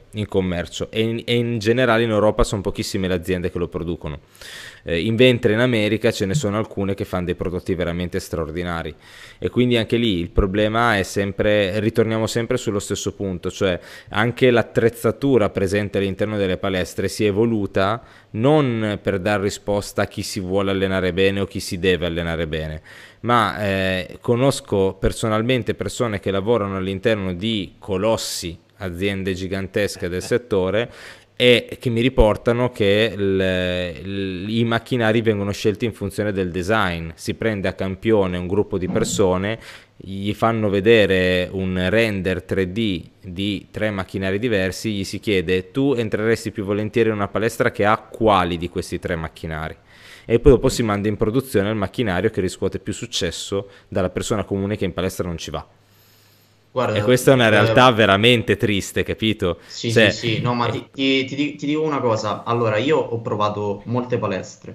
in commercio e in, e in generale in Europa sono pochissime le aziende che lo producono. Eh, in ventre in America ce ne sono alcune che fanno dei prodotti veramente straordinari e quindi anche lì il problema è sempre, ritorniamo sempre sullo stesso punto, cioè anche l'attrezzatura presente all'interno delle palestre si è evoluta non per dar risposta a chi si vuole allenare bene o chi si deve allenare bene, ma eh, conosco personalmente persone che lavorano all'interno di colossi, aziende gigantesche del settore e che mi riportano che il, il, i macchinari vengono scelti in funzione del design. Si prende a campione un gruppo di persone, gli fanno vedere un render tre D di tre macchinari diversi, gli si chiede: tu entreresti più volentieri in una palestra che ha quali di questi tre macchinari? E poi dopo si manda in produzione il macchinario che riscuote più successo dalla persona comune che in palestra non ci va. Guarda, e questa è una realtà eh, veramente triste, capito? Sì, cioè, sì, sì, no, ma ti, ti, ti, ti dico una cosa. Allora, io ho provato molte palestre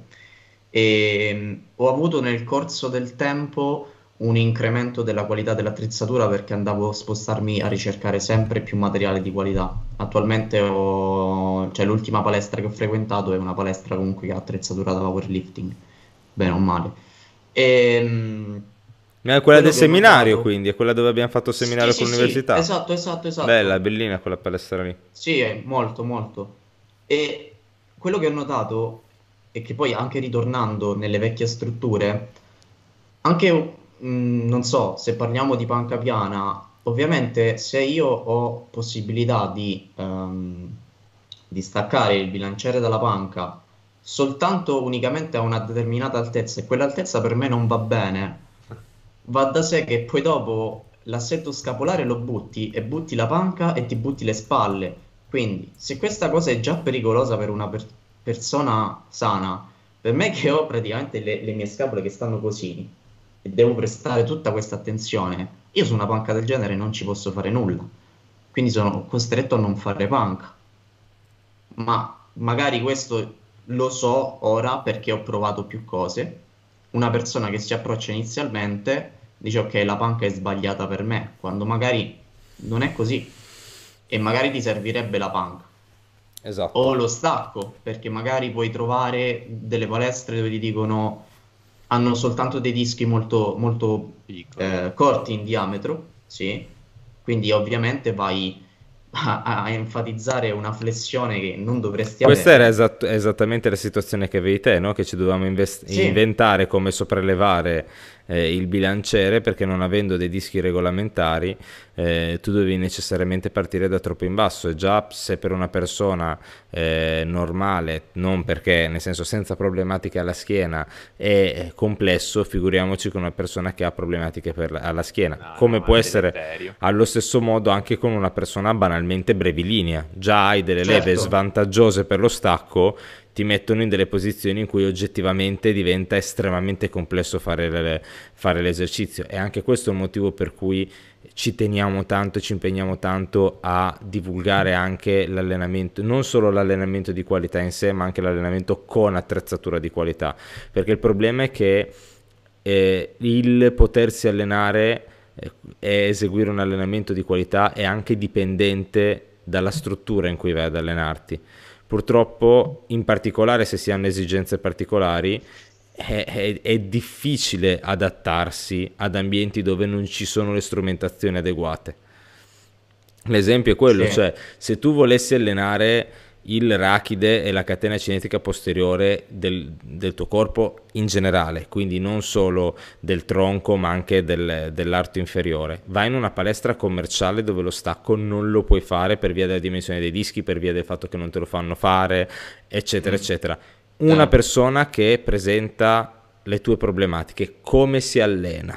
e mh, ho avuto nel corso del tempo un incremento della qualità dell'attrezzatura perché andavo a spostarmi a ricercare sempre più materiale di qualità. Attualmente ho, cioè, l'ultima palestra che ho frequentato è una palestra comunque che ha attrezzatura da powerlifting, bene o male. E, mh, Ma è quella del seminario, notato... quindi è quella dove abbiamo fatto il seminario sì, con sì, l'università. Sì, esatto, esatto, esatto. Bella, bellina quella palestra lì. Sì, è molto, molto. E quello che ho notato è che poi anche ritornando nelle vecchie strutture, anche, mh, non so, se parliamo di panca piana, ovviamente se io ho possibilità di, um, di staccare il bilanciere dalla panca soltanto unicamente a una determinata altezza e quell'altezza per me non va bene, va da sé che poi dopo l'assetto scapolare lo butti e butti la panca e ti butti le spalle. Quindi se questa cosa è già pericolosa per una per- persona sana, per me che ho praticamente le, le mie scapole che stanno così e devo prestare tutta questa attenzione, io su una panca del genere non ci posso fare nulla, quindi sono costretto a non fare panca. Ma magari questo lo so ora perché ho provato più cose. Una persona che si approccia inizialmente dice ok, la panca è sbagliata per me, quando magari non è così e magari ti servirebbe la panca. Esatto. O lo stacco, perché magari puoi trovare delle palestre dove ti dicono hanno soltanto dei dischi molto, molto eh, corti in diametro, sì, quindi ovviamente vai a, a enfatizzare una flessione che non dovresti Questa avere. era esatt- esattamente la situazione che avevi te, no? Che ci dovevamo invest- Sì. inventare come sopraellevare eh, il bilanciere, perché non avendo dei dischi regolamentari eh, tu dovevi necessariamente partire da troppo in basso, e già se per una persona eh, normale, non perché nel senso senza problematiche alla schiena è complesso, figuriamoci con una persona che ha problematiche per la- alla schiena, No, come no, può è essere deleterio. allo stesso modo anche con una persona banalmente brevilinea. Già hai delle leve Certo. svantaggiose per lo stacco, ti mettono in delle posizioni in cui oggettivamente diventa estremamente complesso fare, le- fare l'esercizio, e anche questo è il motivo per cui ci teniamo tanto e ci impegniamo tanto a divulgare anche l'allenamento, non solo l'allenamento di qualità in sé, ma anche l'allenamento con attrezzatura di qualità, perché il problema è che eh, il potersi allenare eh, e eseguire un allenamento di qualità è anche dipendente dalla struttura in cui vai ad allenarti. Purtroppo, in particolare se si hanno esigenze particolari, è, è- è difficile adattarsi ad ambienti dove non ci sono le strumentazioni adeguate. L'esempio è quello, Sì. cioè se tu volessi allenare il rachide e la catena cinetica posteriore del, del tuo corpo in generale, quindi non solo del tronco ma anche del- dell'arto inferiore, vai in una palestra commerciale dove lo stacco non lo puoi fare per via della dimensione dei dischi, per via del fatto che non te lo fanno fare, eccetera, Mm. eccetera. Una Eh. persona che presenta le tue problematiche, come si allena?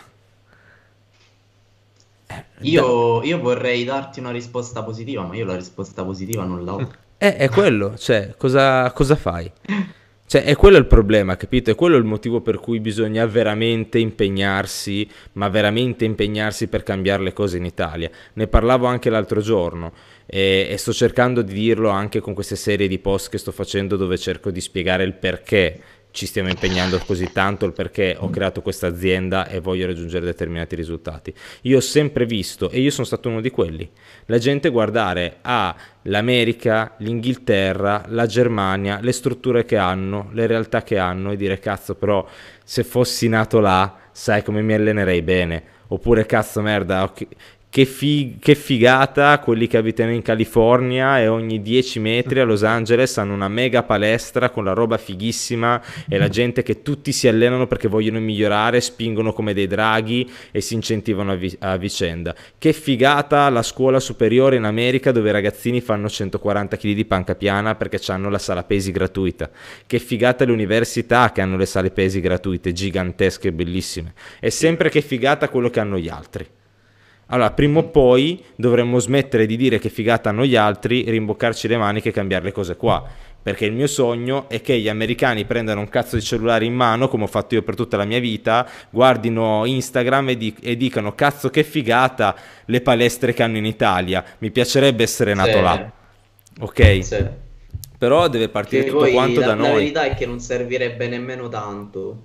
Da- Io, io vorrei darti una risposta positiva, ma io la risposta positiva non la ho. È, è quello, cioè, cosa, cosa fai? Cioè, è quello il problema, capito? È quello il motivo per cui bisogna veramente impegnarsi, ma veramente impegnarsi per cambiare le cose in Italia. Ne parlavo anche l'altro giorno e, e sto cercando di dirlo anche con queste serie di post che sto facendo dove cerco di spiegare il perché ci stiamo impegnando così tanto, perché ho creato questa azienda e voglio raggiungere determinati risultati. Io ho sempre visto, e io sono stato uno di quelli, la gente guardare all'America, l'Inghilterra, la Germania, le strutture che hanno, le realtà che hanno, e dire cazzo, però se fossi nato là, sai come mi allenerei bene. Oppure cazzo merda, ok, che, fi- che figata quelli che abitano in California e ogni dieci metri a Los Angeles hanno una mega palestra con la roba fighissima e la gente che tutti si allenano perché vogliono migliorare, spingono come dei draghi e si incentivano a, vi- a vicenda. Che figata la scuola superiore in America, dove i ragazzini fanno centoquaranta chili di panca piana perché hanno la sala pesi gratuita. Che figata le università che hanno le sale pesi gratuite, gigantesche e bellissime. E sempre che figata quello che hanno gli altri. Allora, prima o poi dovremmo smettere di dire che figata hanno gli altri, rimboccarci le maniche e cambiare le cose qua. Perché il mio sogno è che gli americani prendano un cazzo di cellulare in mano, come ho fatto io per tutta la mia vita, guardino Instagram e, di- e dicano cazzo che figata le palestre che hanno in Italia, mi piacerebbe essere nato Sì, là. Ok? sì. Però deve partire Che tutto poi quanto la, da la noi. verità è che non servirebbe nemmeno tanto,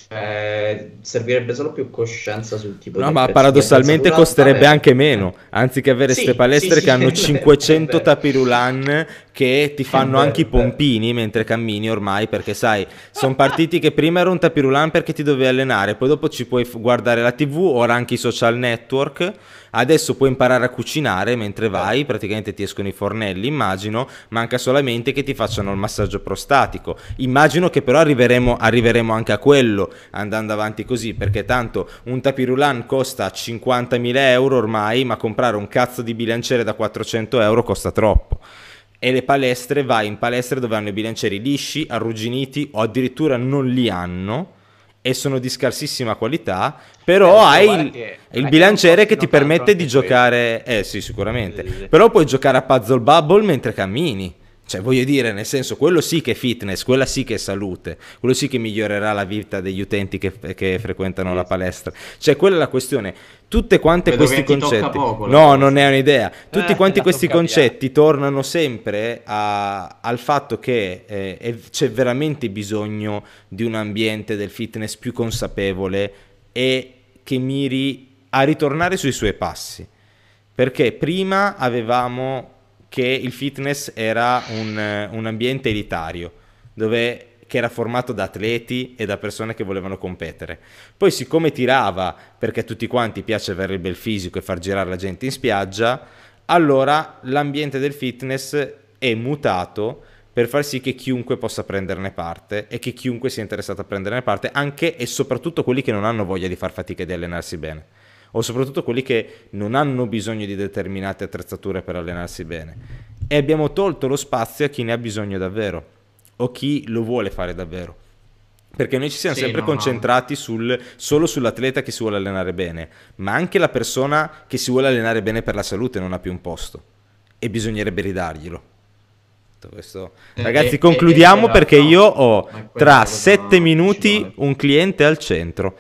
cioè servirebbe solo più coscienza sul tipo No, di ma prezzi di paradossalmente attrezzatura. costerebbe Vabbè, anche meno, anziché avere queste sì, sì, palestre sì, che hanno è vero, è cinquecento vero, tapirulan che ti è fanno vero, anche i è vero. pompini mentre cammini ormai, perché sai, sono partiti che prima era un tapirulan perché ti dovevi allenare, poi dopo ci puoi f- guardare la tivù, ora anche i social network, adesso puoi imparare a cucinare mentre vai, praticamente ti escono i fornelli, immagino, manca solamente che ti facciano il massaggio prostatico. Immagino che però arriveremo, arriveremo anche a quello andando avanti così, perché tanto un tapirulan costa cinquantamila euro ormai, ma comprare un cazzo di bilanciere da quattrocento euro costa troppo. E le palestre, vai in palestre dove hanno i bilancieri lisci, arrugginiti o addirittura non li hanno e sono di scarsissima qualità, Beh, però oddio, hai guarda il, che il non è che non bilanciere che costino ti tanto permette di anche quelli. giocare, eh sì, sicuramente, Sì, sì. però puoi giocare a puzzle bubble mentre cammini. Cioè, voglio dire, nel senso, quello sì che è fitness, quella sì che è salute, quello sì che migliorerà la vita degli utenti che, che frequentano la Sì, sì. palestra. Cioè, quella è la questione. Tutte quante Vedo questi che ti tocca concetti, poco la no, non è cosa. un'idea. Tutti Eh, quanti la questi tocca piano. concetti tornano sempre a- al fatto che eh, è- c'è veramente bisogno di un ambiente del fitness più consapevole e che miri a ritornare sui suoi passi. Perché prima avevamo che il fitness era un, eh, un ambiente elitario, dove, che era formato da atleti e da persone che volevano competere. Poi siccome tirava, perché a tutti quanti piace avere il bel fisico e far girare la gente in spiaggia, allora l'ambiente del fitness è mutato per far sì che chiunque possa prenderne parte e che chiunque sia interessato a prenderne parte, anche e soprattutto quelli che non hanno voglia di far fatica e di allenarsi bene, o soprattutto quelli che non hanno bisogno di determinate attrezzature per allenarsi bene. E abbiamo tolto lo spazio a chi ne ha bisogno davvero, o chi lo vuole fare davvero. Perché noi ci siamo Sì, sempre no, no. concentrati sul, solo sull'atleta che si vuole allenare bene, ma anche la persona che si vuole allenare bene per la salute non ha più un posto e bisognerebbe ridarglielo. Detto questo, E- ragazzi, e- concludiamo e- perché no, io ho ma è quella tra la cosa sette minuti principale. un cliente al centro.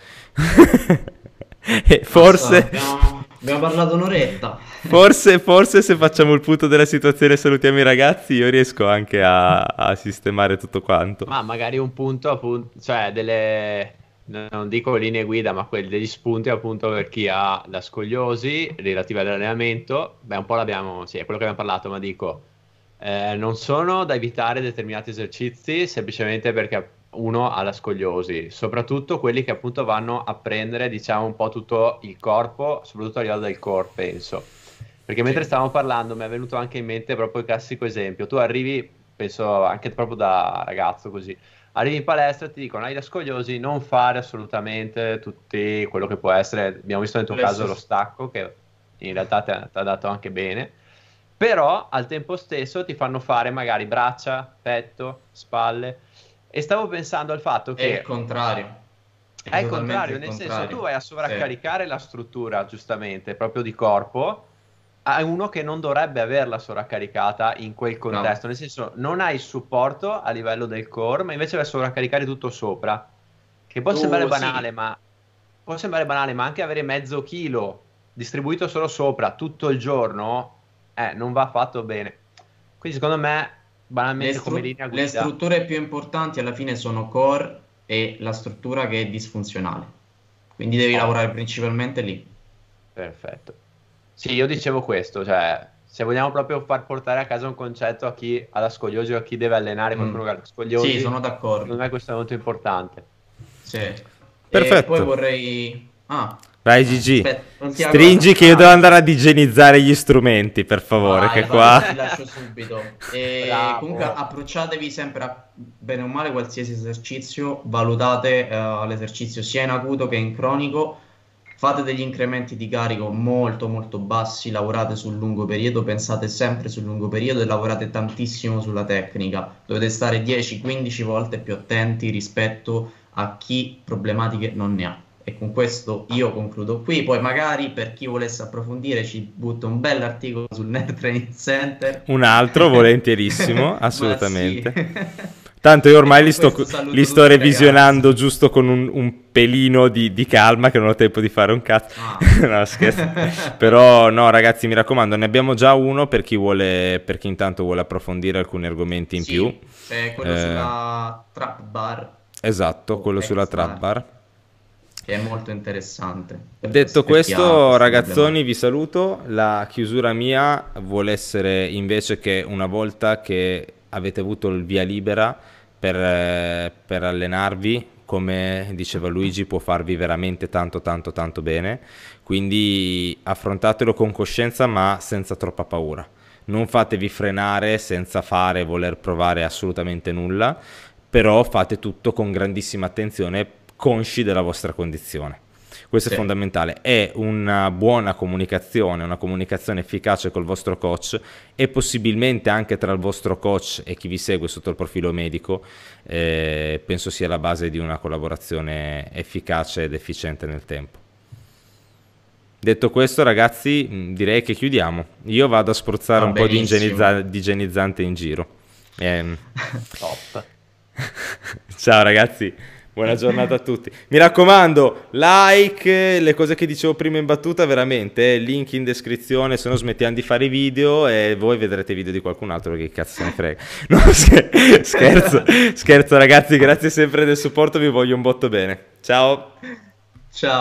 E Basta, forse, abbiamo, abbiamo parlato un'oretta. forse, forse se facciamo il punto della situazione e salutiamo i ragazzi, io riesco anche a, a sistemare tutto quanto. Ma magari un punto, appunto, cioè delle, non dico linee guida, ma quelli degli spunti appunto per chi ha la scoliosi relativa all'allenamento. Beh, un po' l'abbiamo, sì, è quello che abbiamo parlato, ma dico, eh, non sono da evitare determinati esercizi semplicemente perché uno ha la scoliosi, soprattutto quelli che appunto vanno a prendere, diciamo, un po' tutto il corpo, soprattutto a livello del core, penso. Perché mentre Sì. stavamo parlando mi è venuto anche in mente proprio il classico esempio. Tu arrivi, penso anche proprio da ragazzo così, arrivi in palestra e ti dicono hai la scoliosi, non fare assolutamente tutti quello che può essere, abbiamo visto nel tuo Le caso lo stesse- stacco, che in realtà ti ha, ti ha dato anche bene, però al tempo stesso ti fanno fare magari braccia, petto, spalle. E stavo pensando al fatto È il che contrario. È è il totalmente contrario, il nel senso tu contrario. vai a Sì. sovraccaricare la struttura, giustamente, proprio di corpo, a uno che non dovrebbe averla sovraccaricata in quel Bravo. contesto, nel senso non hai il supporto a livello del core, ma invece vai a sovraccaricare tutto sopra, che può Tu- sembrare sì. banale, ma può sembrare banale, ma anche avere mezzo chilo distribuito solo sopra tutto il giorno, eh, non va fatto bene. Quindi secondo me banalmente Le, come stru- linea le guida. strutture più importanti alla fine sono core e la struttura che è disfunzionale. Quindi devi Oh. lavorare principalmente lì. Perfetto. Sì, io dicevo questo, cioè, se vogliamo proprio far portare a casa un concetto a chi ha la scoliosi o a chi deve allenare qualcuno Mm. che ha la scoliosi, Sì, sono d'accordo. secondo me questo è molto importante. Sì. E Perfetto. poi vorrei... Ah, Vai Gigi, aspetta, l'ultima stringi cosa. che io Ah, devo andare ad igienizzare gli strumenti, per favore, vai, che vai, qua... ti lascio subito. E Bravo. comunque approcciatevi sempre a, bene o male, qualsiasi esercizio, valutate eh, l'esercizio sia in acuto che in cronico, fate degli incrementi di carico molto molto bassi, lavorate sul lungo periodo, pensate sempre sul lungo periodo e lavorate tantissimo sulla tecnica. Dovete stare dieci quindici volte più attenti rispetto a chi problematiche non ne ha. E con questo io concludo qui, poi magari per chi volesse approfondire ci butto un bell'articolo sul Nerd Training Center. Un altro, volentierissimo, Ma assolutamente. sì. Tanto io ormai E li con sto, questo saluto li sto tutti i revisionando ragazzi. giusto con un, un pelino di, di calma, che non ho tempo di fare un cazzo. Ah. No, scherzo. Però no, ragazzi, mi raccomando, ne abbiamo già uno per chi vuole, per chi intanto vuole approfondire alcuni argomenti in Sì, più. è quello Eh, sulla trap bar, Esatto, o quello sulla ex trap bar, bar. che è molto interessante per, Detto per chi ha questo, queste ragazzoni, problematiche. vi saluto. La chiusura mia vuole essere invece che una volta che avete avuto il via libera per, eh, per allenarvi, come diceva Luigi, può farvi veramente tanto tanto tanto bene. Quindi affrontatelo con coscienza ma senza troppa paura. Non fatevi frenare senza fare, voler provare assolutamente nulla, però fate tutto con grandissima attenzione, consci della vostra condizione. Questo è Sì. fondamentale, è una buona comunicazione, una comunicazione efficace col vostro coach e possibilmente anche tra il vostro coach e chi vi segue sotto il profilo medico, eh, penso sia la base di una collaborazione efficace ed efficiente nel tempo. Detto questo, ragazzi, mh, direi che chiudiamo. Io vado a spruzzare Va un po' di, benissimo. igienizza- di igienizzante in giro. Ehm, Top. Ciao ragazzi, buona giornata a tutti. Mi raccomando, like, le cose che dicevo prima in battuta, veramente, eh, link in descrizione, se no smettiamo di fare i video e voi vedrete i video di qualcun altro, perché che cazzo se ne frega. No, scher- scherzo, scherzo ragazzi, grazie sempre del supporto, vi voglio un botto bene. Ciao. Ciao.